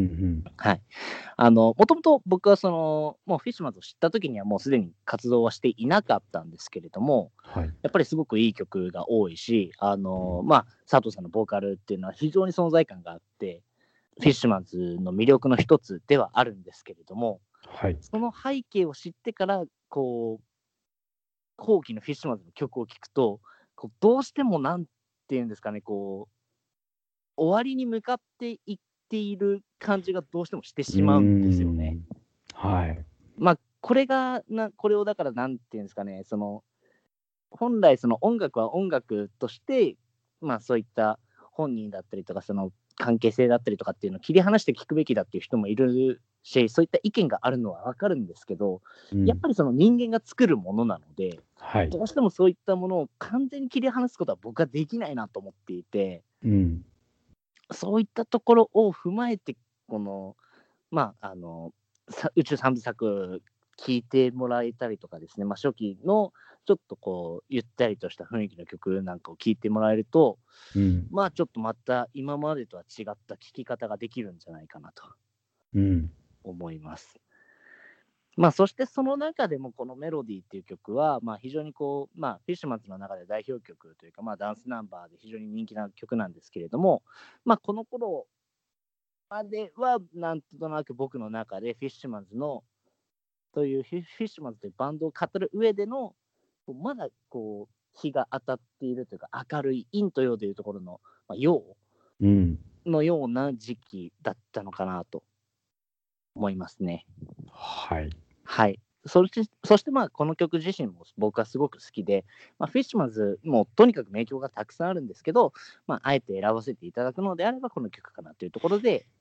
はい。もともと僕はもうフィッシュマンズを知った時にはもうすでに活動はしていなかったんですけれども、 はい。 やっぱりすごくいい曲が多いし、 うん。 まあ、佐藤さんのボーカルっていうのは非常に存在感があって、フィッシュマンズの魅力の一つではあるんですけれども、 はい。 その背景を知ってから、こう、後期のフィッシュマンズの曲を聴くと、こうどうしてもなんていうんですかね、こう、終わりに向かっていっている感じがどうしてもしてうーしまうんですよね。 ん。はい。 まあ、これをだからなんていうんですかね、本来その音楽は音楽として、まあそういった本人だったりとか、その関係性だったりとかっていうのを切り離して聞くべきだっていう人もいるし、そういった意見があるのはわかるんですけど、 うん。 やっぱりその人間が作るものなので、 はい。 どうしてもそういったものを完全に切り離すことは僕はできないなと思っていて、 うん。 そういったところを踏まえて、この、まあ、宇宙三部作聞いてもらえたりとかですね、まあ、初期のちょっとこう、ゆったりとした雰囲気の曲なんかを聴いてもらえると、 うん。 まあ、ちょっとまた今までとは違った聴き方ができるんじゃないかなとうん。 思います。まあ、そしてその中でもこのメロディーっていう曲は、まあ、非常にこう、まあ、フィッシュマンズの中で代表曲というか、まあ、ダンスナンバーで非常に人気な曲なんですけれども、まあ、この頃までは、なんとなく僕の中でフィッシュマンズの、というフィッシュマンズというバンドを語る上での、まだこう、日が当たっているというか、明るい陰と陽というところの、まあ、陽うん。 のような時期だったのかなと思いますね。 はい。 はい。そしてまあ、この曲自身も僕はすごく好きで、まあ、フィッシュマンズもとにかく名曲がたくさんあるんですけど、まあ、あえて選ばせていただくのであれば、この曲かなというところで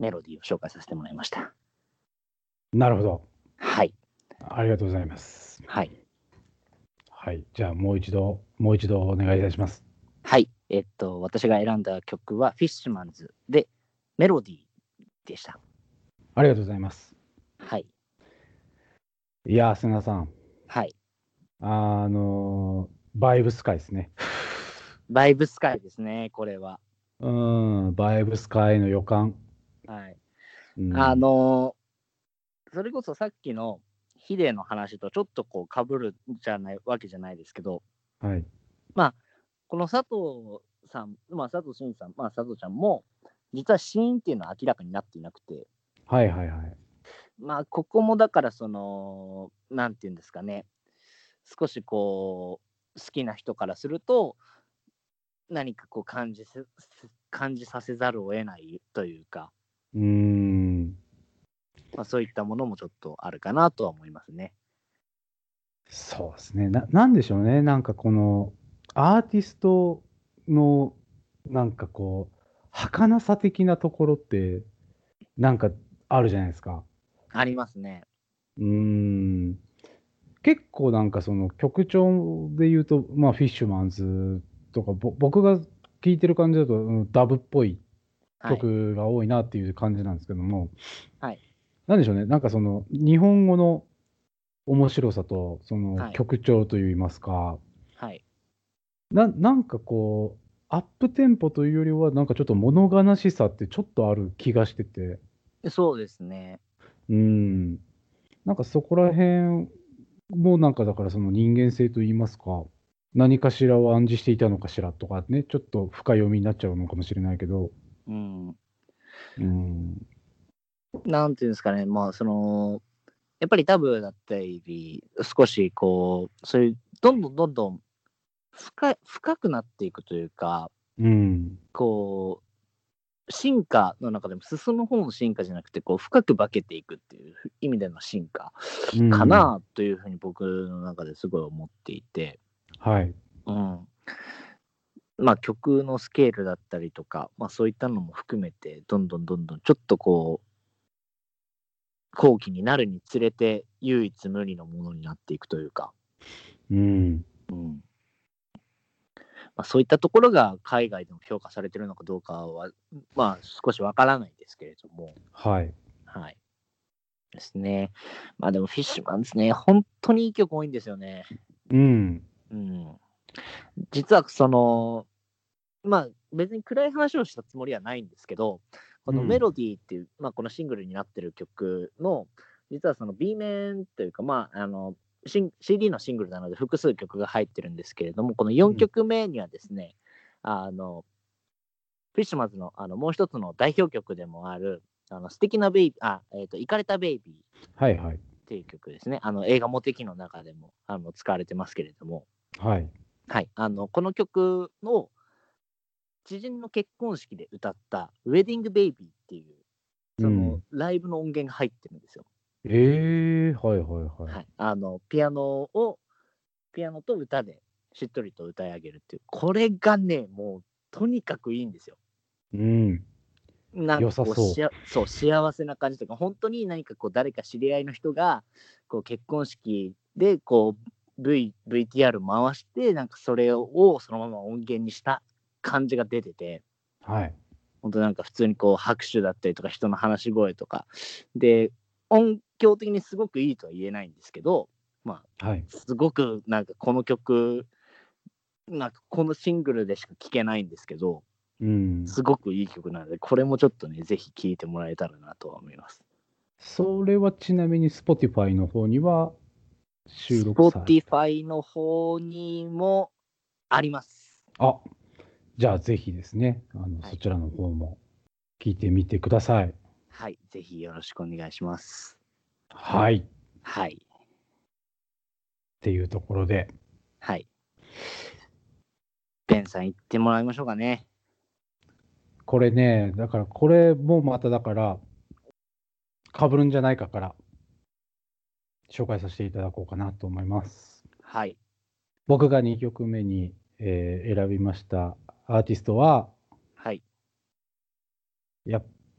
メロディーを紹介させてもらいました。 なるほど。 はい。 ありがとうございます。 はい。 はい。じゃあ、もう一度お願いいたします。 はい。私が選んだ曲は、フィッシュマンズで、メロディーでした。 ありがとうございます。 はい。 いやー、菅田さん。 はい。 バイブスカイですね。 バイブスカイですね、これは。 バイブスカイの予感。 はい。 うん、 それこそさっきのヒデの話とちょっとこう被るじゃないわけじゃないですけど、 はい。 まあ、この佐藤さん、佐藤真さん、佐藤ちゃんも、実は死因っていうのは明らかになっていなくて、 はいはいはい。 ここもだからなんていうんですかね、少しこう、好きな人からすると、何かこう感じさせざるを得ないというか、そういったものもちょっとあるかなとは思いますね。 そうですね。なんでしょうね。なんかこのアーティストのなんかこう、儚さ的なところってなんかあるじゃないですか。 ありますね。 結構なんかその曲調で言うと、フィッシュマンズとか、僕が聴いてる感じだと、ダブっぽいはい。 曲が多いなっていう感じなんですけども、 はい。 なんでしょうね。なんかその日本語の面白さと、そのはい。 曲調といいますか、 はい。 なんかこう、アップテンポというよりは、なんかちょっと物悲しさってちょっとある気がしてて、 そうですね。 うん、なんかそこら辺もなんかだからその人間性といいますか、何かしらを暗示していたのかしらとかね、ちょっと深読みになっちゃうのかもしれないけど、 うん。 うん、 なんていうんですかね、やっぱりタブーだったり、少しこう、そういう、どんどん深くなっていくというか、 うん、 こ進化の中でも進む方の進化じゃなくて、こう深く化けていくっていう意味での進化かうん、 なというふうに僕の中ですごい思っていて、 はい、 うん。曲のスケールだったりとか、そういったのも含めて、どんどんちょっとこう、後期になるにつれて唯一無二のものになっていくというか、 うん、 うん。そういったところが海外でも評価されてるのかどうかは、少しわからないですけれども、 はい、 はい。ですね。でもフィッシュマンですね。本当にいい曲多いんですよね。 うん、 うん。実は別に暗い話をしたつもりはないんですけど、このメうん、 ロディーっていう、このシングルになってる曲の、実はその B 面というか、CD のシングルなので複数曲が入ってるんですけれども、この4 うん、 曲目にはですね、あの、フィッシュマンズのもう一つの代表曲でもある、素敵なベイビー、イカれたベイビーはいはい、 っていう曲ですね。映画モテキの中でも使われてますけれども、 はい、 はい。この曲の知人の結婚式で歌ったウェディングベイビーっていう、そのうん、 ライブの音源が入ってるんですよ。 はいはいはい。 はい。ピアノと歌でしっとりと歌い上げるっていう。これがね、もうとにかくいいんですよ。 うん、良なんかこう、 さそ幸せな感じとか、本当に何かこう、誰か知り合いの人が、こう、結婚式で、こう、VTR 回して、なんかそれをそのまま音源にした感じが出てて、 う。はい、 本当なんか普通にこう、拍手だったりとか、人の話し声とか、で、音響的にすごくいいとは言えないんですけど、 はい。 すごくなんかこの曲、なんかこのシングルでしか聴けないんですけど、 うん。 すごくいい曲なので、これもちょっとね、ぜひ聴いてもらえたらなとは思います。 それはちなみに Spotify の方には収録されて。 Spotify の方にもあります。 あ、じゃあぜひですね、 はい。 そちらの方も聞いてみてください。 はい。ぜひよろしくお願いします。 はい。っはい。 ていうところで、 はい。ベンさん行ってもらいましょうかね。 これね、だからこれもまただから、被るんじゃないかから紹介させていただこうかなと思います。 はい。 僕が2曲目に、選びましたアーティストは、 はい。 やっ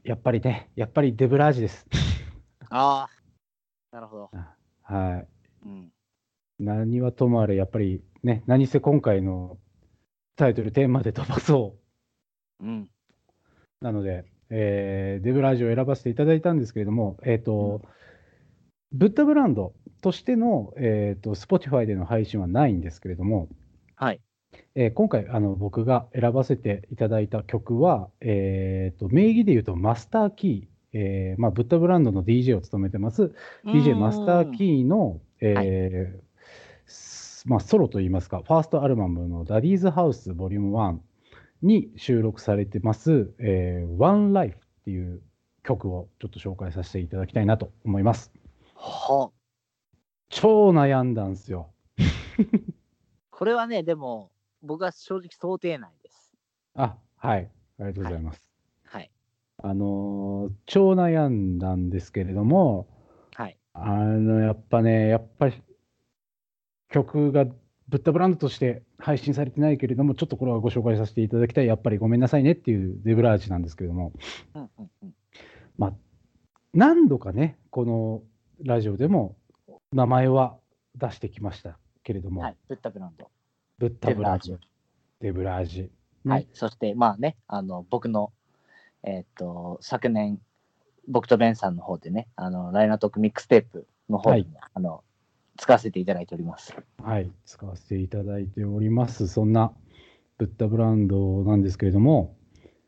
やっぱりね、やっぱりデブラージです。 ああ、なるほど。 はい。 うん。 何はともあれ、やっぱりね、何せ今回のタイトルテーマで飛ばそう。 うん。 なので、デブラージを選ばせていただいたんですけれども、ブッダブランドとしての、Spotify での配信はないんですけれども、 はい。 今回僕が選ばせていただいた曲は、名義で言うとマスターキー、まあ、ブッダブランドの DJ を務めてますう DJ マスターーん。 キーの、 はい。 まあ、ソロといいますか、ファーストアルバムのダディーズハウスボリューム1に収録されてます、One Life っていう曲をちょっと紹介させていただきたいなと思います。 は超悩んだんですよ。 これはね、でも、僕は正直想定内です。 あ、はい、ありがとうごはい。 ざいます。 はい。 超悩んだんですけれども、 はい。 やっぱね、やっぱり曲がブッダブランドとして配信されてないけれども、ちょっとこれはご紹介させていただきたい、やっぱりごめんなさいねっていうデブラージなんですけれども、 うんうんうん。 まあ、何度かね、このラジオでも名前は出してきましたけれども、 はい。ブッダブランド。 ブッダブランド、デブラージ。ね、 はい。そして、まあね、僕の、昨年、僕とベンさんの方でね、ライナートークミックステープの方でも、はい、使わせていただいております。 はい、使わせていただいております。そんなブッダブランドなんですけれども、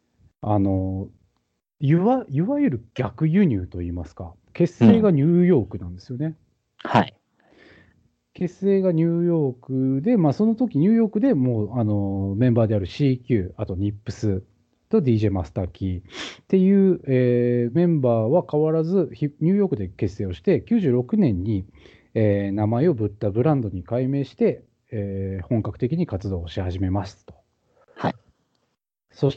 いわゆる逆輸入といいますか、結成がニューヨークなんですよね。 はい。 結成がニューヨークで、まあ、その時ニューヨークでもうメンバーである CQ、あとニップスと DJ マスターキーっていう、メンバーは変わらずニューヨークで結成をして96年に、名前をブッダブランドに改名して、本格的に活動をし始めますと。 はい。 そして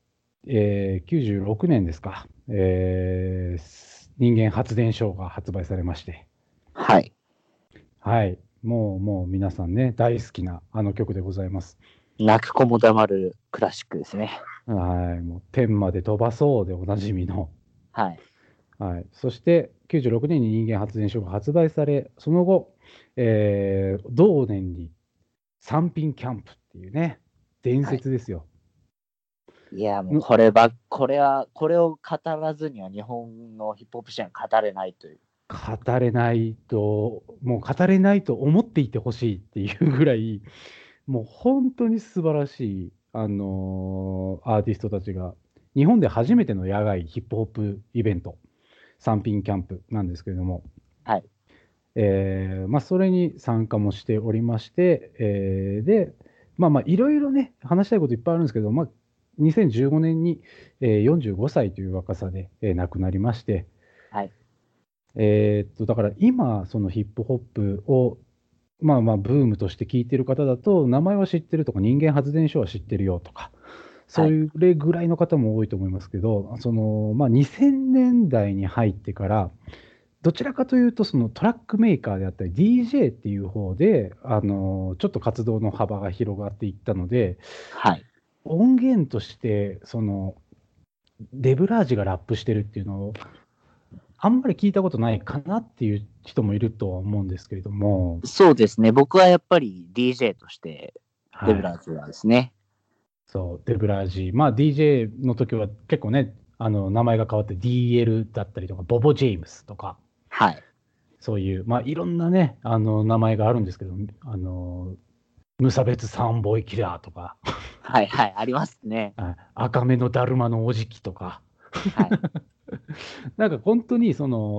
、96年ですか、人間発電所が発売されまして、 はい。 はい、もう皆さんね、大好きなあの曲でございます。 泣く子も黙るクラシックですね。 はい、もう天まで飛ばそうでおなじみの。 はい。 はい、そして96年に人間発電所が発売され、その後、同年に三品キャンプっていうね、伝説ですよ。 いや、もうこれを語らずには日本のヒップホップシーンは語れないという。 語れないと、もう語れないと思っていてほしいっていうぐらい、もう本当に素晴らしい、アーティストたちが、日本で初めての野外ヒップホップイベント、三品キャンプなんですけれども、 はい。 まあ、それに参加もしておりまして、で、いろいろね、話したいこといっぱいあるんですけど、まあ、2015年に、45歳という若さで、亡くなりまして、 はい。 だから今、そのヒップホップを、ブームとして聞いてる方だと、名前は知ってるとか、人間発電所は知ってるよとか、そういうぐらいの方も多いと思いますけど、2000年代に入ってから、どちらかというと、そのトラックメーカーであったり、DJ っていう方で、ちょっと活動の幅が広がっていったので、 はい。 音源として、デブラージがラップしてるっていうのを、あんまり聞いたことないかなっていう人もいるとは思うんですけれども。 そうですね。僕はやっぱり DJ として、デブラージはですね。 そう、デブラージ。まあ DJ の時は結構ね、名前が変わって DL だったりとか、ボボ・ジェームスとか、 はい。 そういう、いろんなね、名前があるんですけど、無差別サンボイキラーとか、 はいはい、ありますね。 赤目のだるまのおじきとか、 はい。 なんか本当に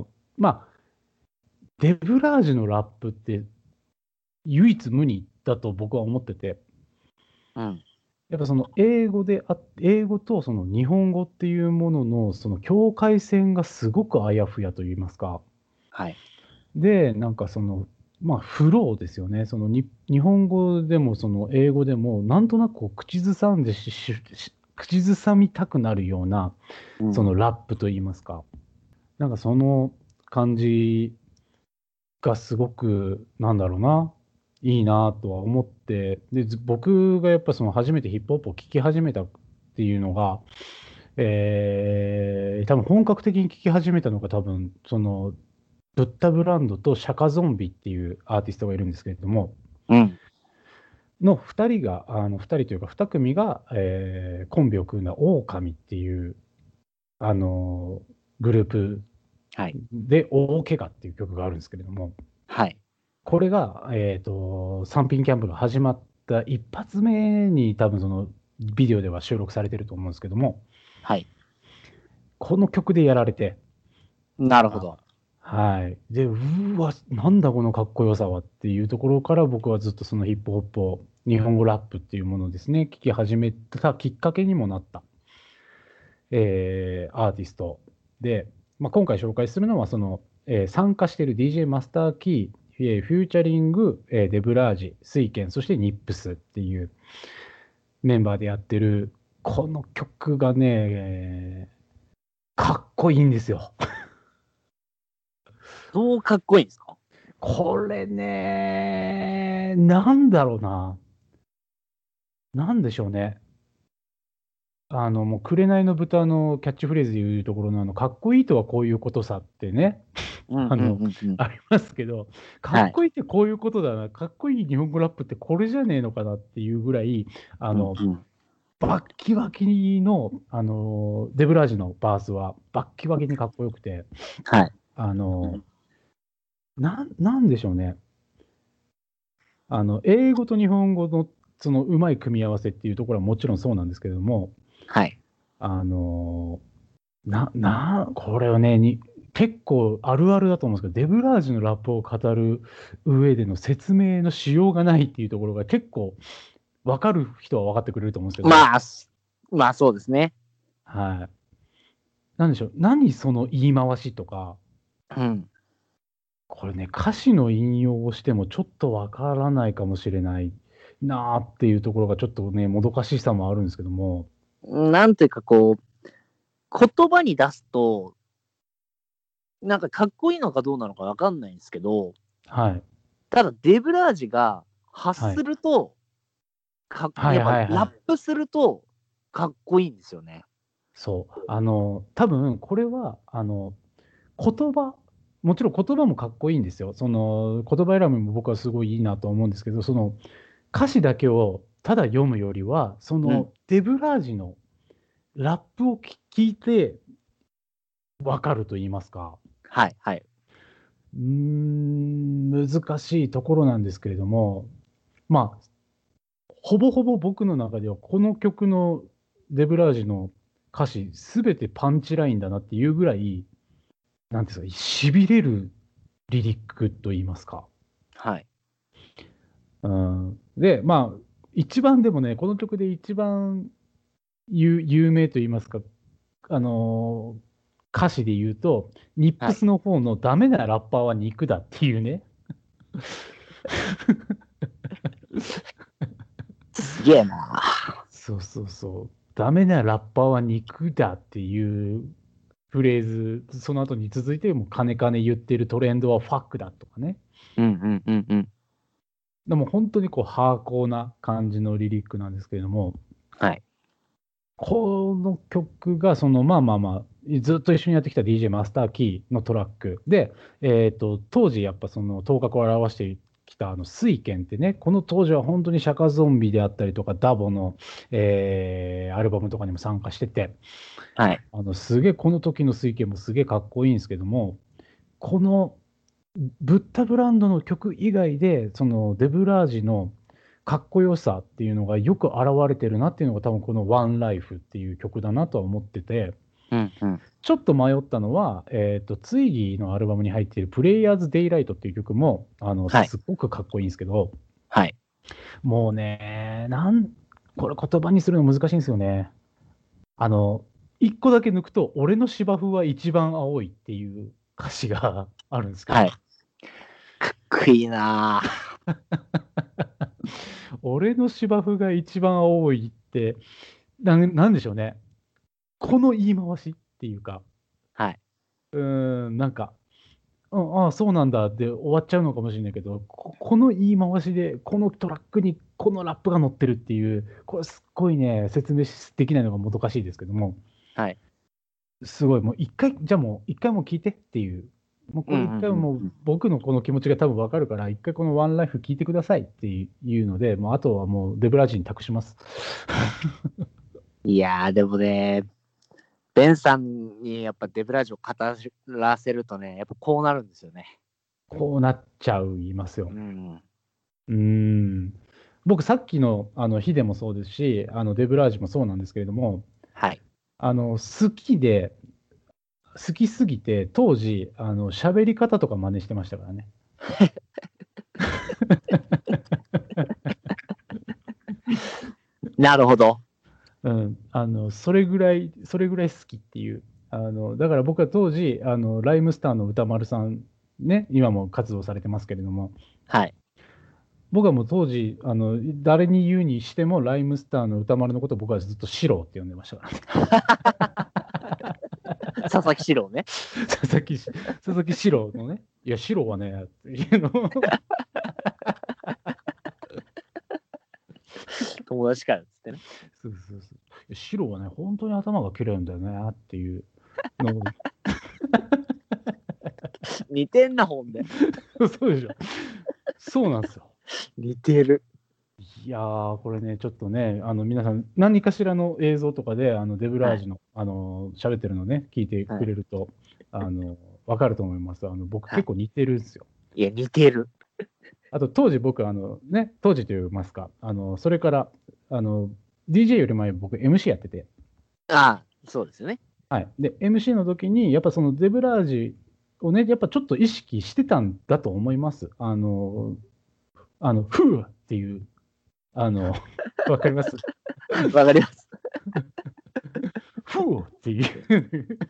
デブラージのラップって唯一無二だと僕は思ってて、 うん。 やっぱその英語とその日本語っていうもののその境界線がすごくあやふやと言いますか。 はい。 で、なんかフローですよね。日本語でもその英語でもなんとなくこう口ずさみたくなるようなそのラップと言いますか。なんかその感じがすごくなんだろうな。いいなとは思って、で、僕がやっぱその初めてヒップホップを聴き始めたっていうのが、 多分本格的に聴き始めたのが多分、ブッダブランドとシャカゾンビっていうアーティストがいるんですけれども、 うん。 の2人が、2人というか2組が、コンビを組んだ狼っていう、グループはい。 で、大怪我っていう曲があるんですけれども、 はい。 これが、三品キャンプが始まった一発目に多分そのビデオでは収録されてると思うんですけども、 はい。 この曲でやられて、あなるほど。 はい。で、うわ、なんだこのかっこよさはっていうところから僕はずっとそのヒップホップを、日本語ラップっていうものをですね、聴き始めたきっかけにもなった、アーティストで、今回紹介するのは参加している DJ マスターキー、フューチャリング、デブラージ、スイケン、そしてニップスっていうメンバーでやってる、この曲がね、かっこいいんですよ。 どうかっこいいんですか？ これね、なんだろうな。なんでしょうね。もう、紅の豚のキャッチフレーズでいうところの、かっこいいとはこういうことさってね、 うんうんあの、 うんうん。 ありますけど、かはい。 っこいいってこういうことだな、かっこいい日本語ラップってこれじゃねえのかなっていうぐらい、 うんうん。 バッキバキの、デブラージのバースは、バッキバキにかっこよくて、 はい。 あの、なんでしょうね。英語と日本語のそのうまい組み合わせっていうところはもちろんそうなんですけれども、 はい。 あの、これはね、結構あるあるだと思うんですけど、デブラージのラップを語る上での説明のしようがないっていうところが結構分かる人は分かってくれると思うんですけど、 まあそうですね。 はい。なんでしょう、何その言い回しとか、 うん。 これね、歌詞の引用をしてもちょっと分からないかもしれないなーっていうところがちょっとね、もどかしさもあるんですけども、 なんていうかこう、言葉に出すと、なんかかっこいいのかどうなのかわかんないんですけど、 はい。 ただデブラージが発はい。 すると、 はいやっぱラッはいはい。 プするとかっこいいんですよね。 そう。多分これは、言葉、もちろん言葉もかっこいいんですよ。言葉選びも僕はすごいいいなと思うんですけど、その歌詞だけをただ読むよりは、そうん。 のデブラージのラップを聞いてわかると言いますか。 はいはい。 難しいところなんですけれども、まあ、ほぼほぼ僕の中ではこの曲のデブラージの歌詞、すべてパンチラインだなっていうぐらい、なんていうんですか、しびれるリリックと言いますか。 はい。 で、一番でもね、この曲で一番有名と言いますか、あのー歌詞で言うと、ニップはい。 スの方のダメなラッパーは肉だっていうね。 すげえな。 そうそうそう。ダメなラッパーは肉だっていうフレーズ、その後に続いても、金金言ってるトレンドはファックだとかね。 うんうんうんうん。 でも本当にこう、ハーコーな感じのリリックなんですけれども、 はい。 この曲が、ずっと一緒にやってきた DJ マスターキーのトラックで、当時やっぱその頭角を現してきた水拳ってね、この当時は本当にシャカゾンビであったりとか、ダボの、アルバムとかにも参加してて、 はい。 すげえ、この時の水拳もすげえかっこいいんですけども、このブッダブランドの曲以外で、そのデブラージのかっこよさっていうのがよく表れてるなっていうのが多分この「ワンライフっていう曲だなとは思ってて、 うんうん。 ちょっと迷ったのは、ツイギーのアルバムに入っている「プレイヤーズ・デイライト」っていう曲もはい。 すっごくかっこいいんですけど、 はい。 もうね、これ言葉にするの難しいんですよね。あの、一個だけ抜くと、俺の芝生は一番青いっていう歌詞があるんですけはい。 ど、 かっこいいな。 俺の芝生が一番青いって、なんでしょうね。この言い回しっていうか、 はい。 なんか、ああ、そうなんだで終わっちゃうのかもしれないけど、この言い回しで、このトラックにこのラップが乗ってるっていう、これすっごいね、説明できないのがもどかしいですけども、 はい。 すごい、もう一回、じゃあもう一回もう聞いてっていう、もうこれ一回もう僕のこの気持ちが多分わかるから、一回このワンライフ聞いてくださいっていうので、もうあとはもうデブラージに託します。 いやー、でもね、ベンさんにやっぱデブラージを語らせるとね、やっぱこうなるんですよね。 こうなっちゃいますよ。 うん。 僕さっきのヒデもそうですし、デブラージもそうなんですけれども、 はい。 好きすぎて、当時、喋り方とか真似してましたからね。 なるほど。 うん、それぐらい好きっていう。だから僕は当時、ライムスターの歌丸さん、ね、今も活動されてますけれども、 はい。 僕はもう当時、誰に言うにしても、ライムスターの歌丸のことを僕はずっとシローって呼んでましたからね。 佐々木史郎ね。 佐々木シローのね、いや、シローはね、っていうのを友達からっつってね。 そうそうそう。いやシローはね、本当に頭が綺麗なんだよねっていうのを似てんな、ほんで。 そうでしょ。そうなんですよ。 似てる。 いやー、これね、ちょっとね、皆さん、何かしらの映像とかで、デブラージの、喋ってるのね、聞いてくれると、わかると思います。僕、結構似てるんですよ。 いや、似てる。 あと、当時、僕、当時といいますか、それから、DJ より前、僕、MC やってて、 ああ、そうですよね。 はい。で、MC の時に、やっぱそのデブラージをね、やっぱちょっと意識してたんだと思います。フーっていう、わかりますわかります。 フーっていう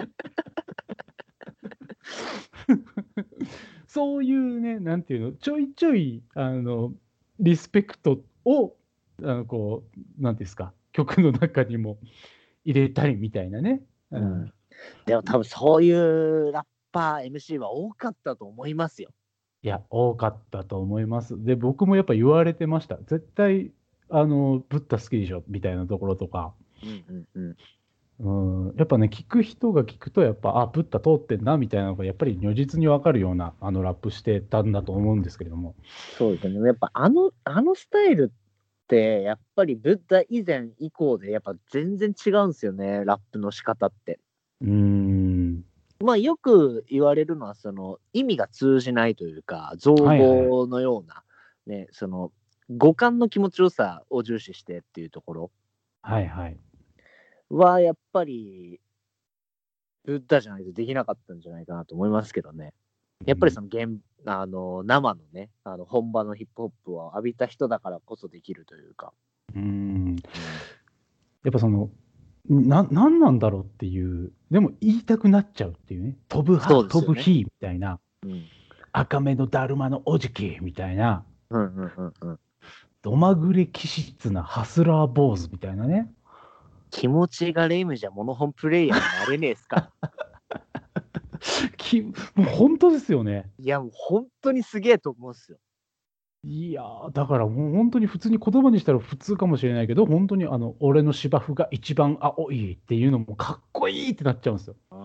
そういうね、なんていうの、ちょいちょい、リスペクトを、こう、なんていうんですか、曲の中にも入れたりみたいなね。 うん。でも多分そういうラッパー、MC は多かったと思いますよ。 いや、多かったと思います。で、僕もやっぱ言われてました。絶対、ブッダ好きでしょみたいなところとか。 うんうんうん。 やっぱね、聞く人が聞くと、やっぱ、あ、ブッダ通ってんな、みたいなのが、やっぱり如実にわかるような、ラップしてたんだと思うんですけれども。 そうですね。やっぱあのスタイルって、やっぱりブッダ以前以降で、やっぱ全然違うんですよね、ラップの仕方って。 うーん。 まあよく言われるのは、その意味が通じないというか、造はいはい。 語のような、ね、その五感の気持ちよさを重視してっていうところはいはい。 は、やっぱりブッダじゃないとできなかったんじゃないかなと思いますけどね。やっぱりうん。 その生のね、本場のヒップホップを浴びた人だからこそできるというか。 うーん。 うん、 やっぱなんなんだろうっていう、でも言いたくなっちゃうっていうね。飛ぶそう派、 ですよね。 飛ぶ日みたいな。 うん。 赤目のだるまのおじきみたいな。 うんうんうんうん。 どまぐれ気質なハスラー坊主みたいなね。 気持ちがレイムじゃモノホンプレイヤーになれねえっすから。 もう本当ですよね。 いや、もう本当にすげえと思うんですよ。 いやー、だからもう本当に普通に言葉にしたら普通かもしれないけど、本当に俺の芝生が一番青いっていうのもかっこいいってなっちゃうんですよ。 うん。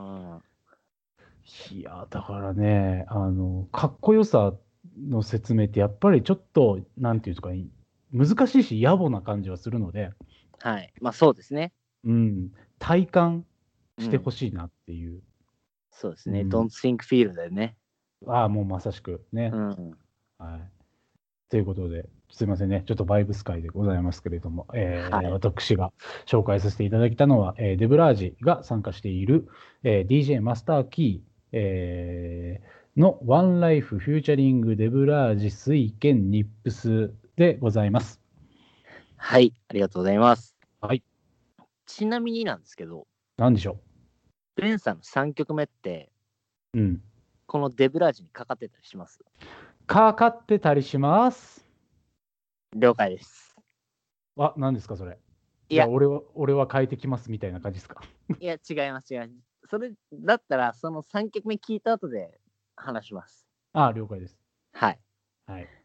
いやー、だからね、かっこよさの説明ってやっぱりちょっと、なんていうんですかね、難しいし野暮な感じはするので、 はい。まあそうですね。 うん、体感してうん。 ほしいなっていう。 そうですね。 うん、 Don't think feel だよね。 ああ、もうまさしくね。 うん。 はい。ということで、すいませんね。ちょっとバイブス会でございますけれども、 はい。 私が紹介させていただきたのは、デブラージが参加している、DJ マスターキー、のワンライフフューチャリングデブラージ水剣ニップスでございます。 はい。ありがとうございます。 はい。 ちなみになんですけど、 なんでしょベンさんの3曲目って、 う。うん。 このデブラージにかかってたりします？ かかってたりします。 了解です。 あ、何ですか、それ。じゃあ、 いや、 俺は変えてきますみたいな感じですか。 いや、違います、違います。それだったら、その3曲目聞いた後で話します。 あ、了解です。 はい。 はい。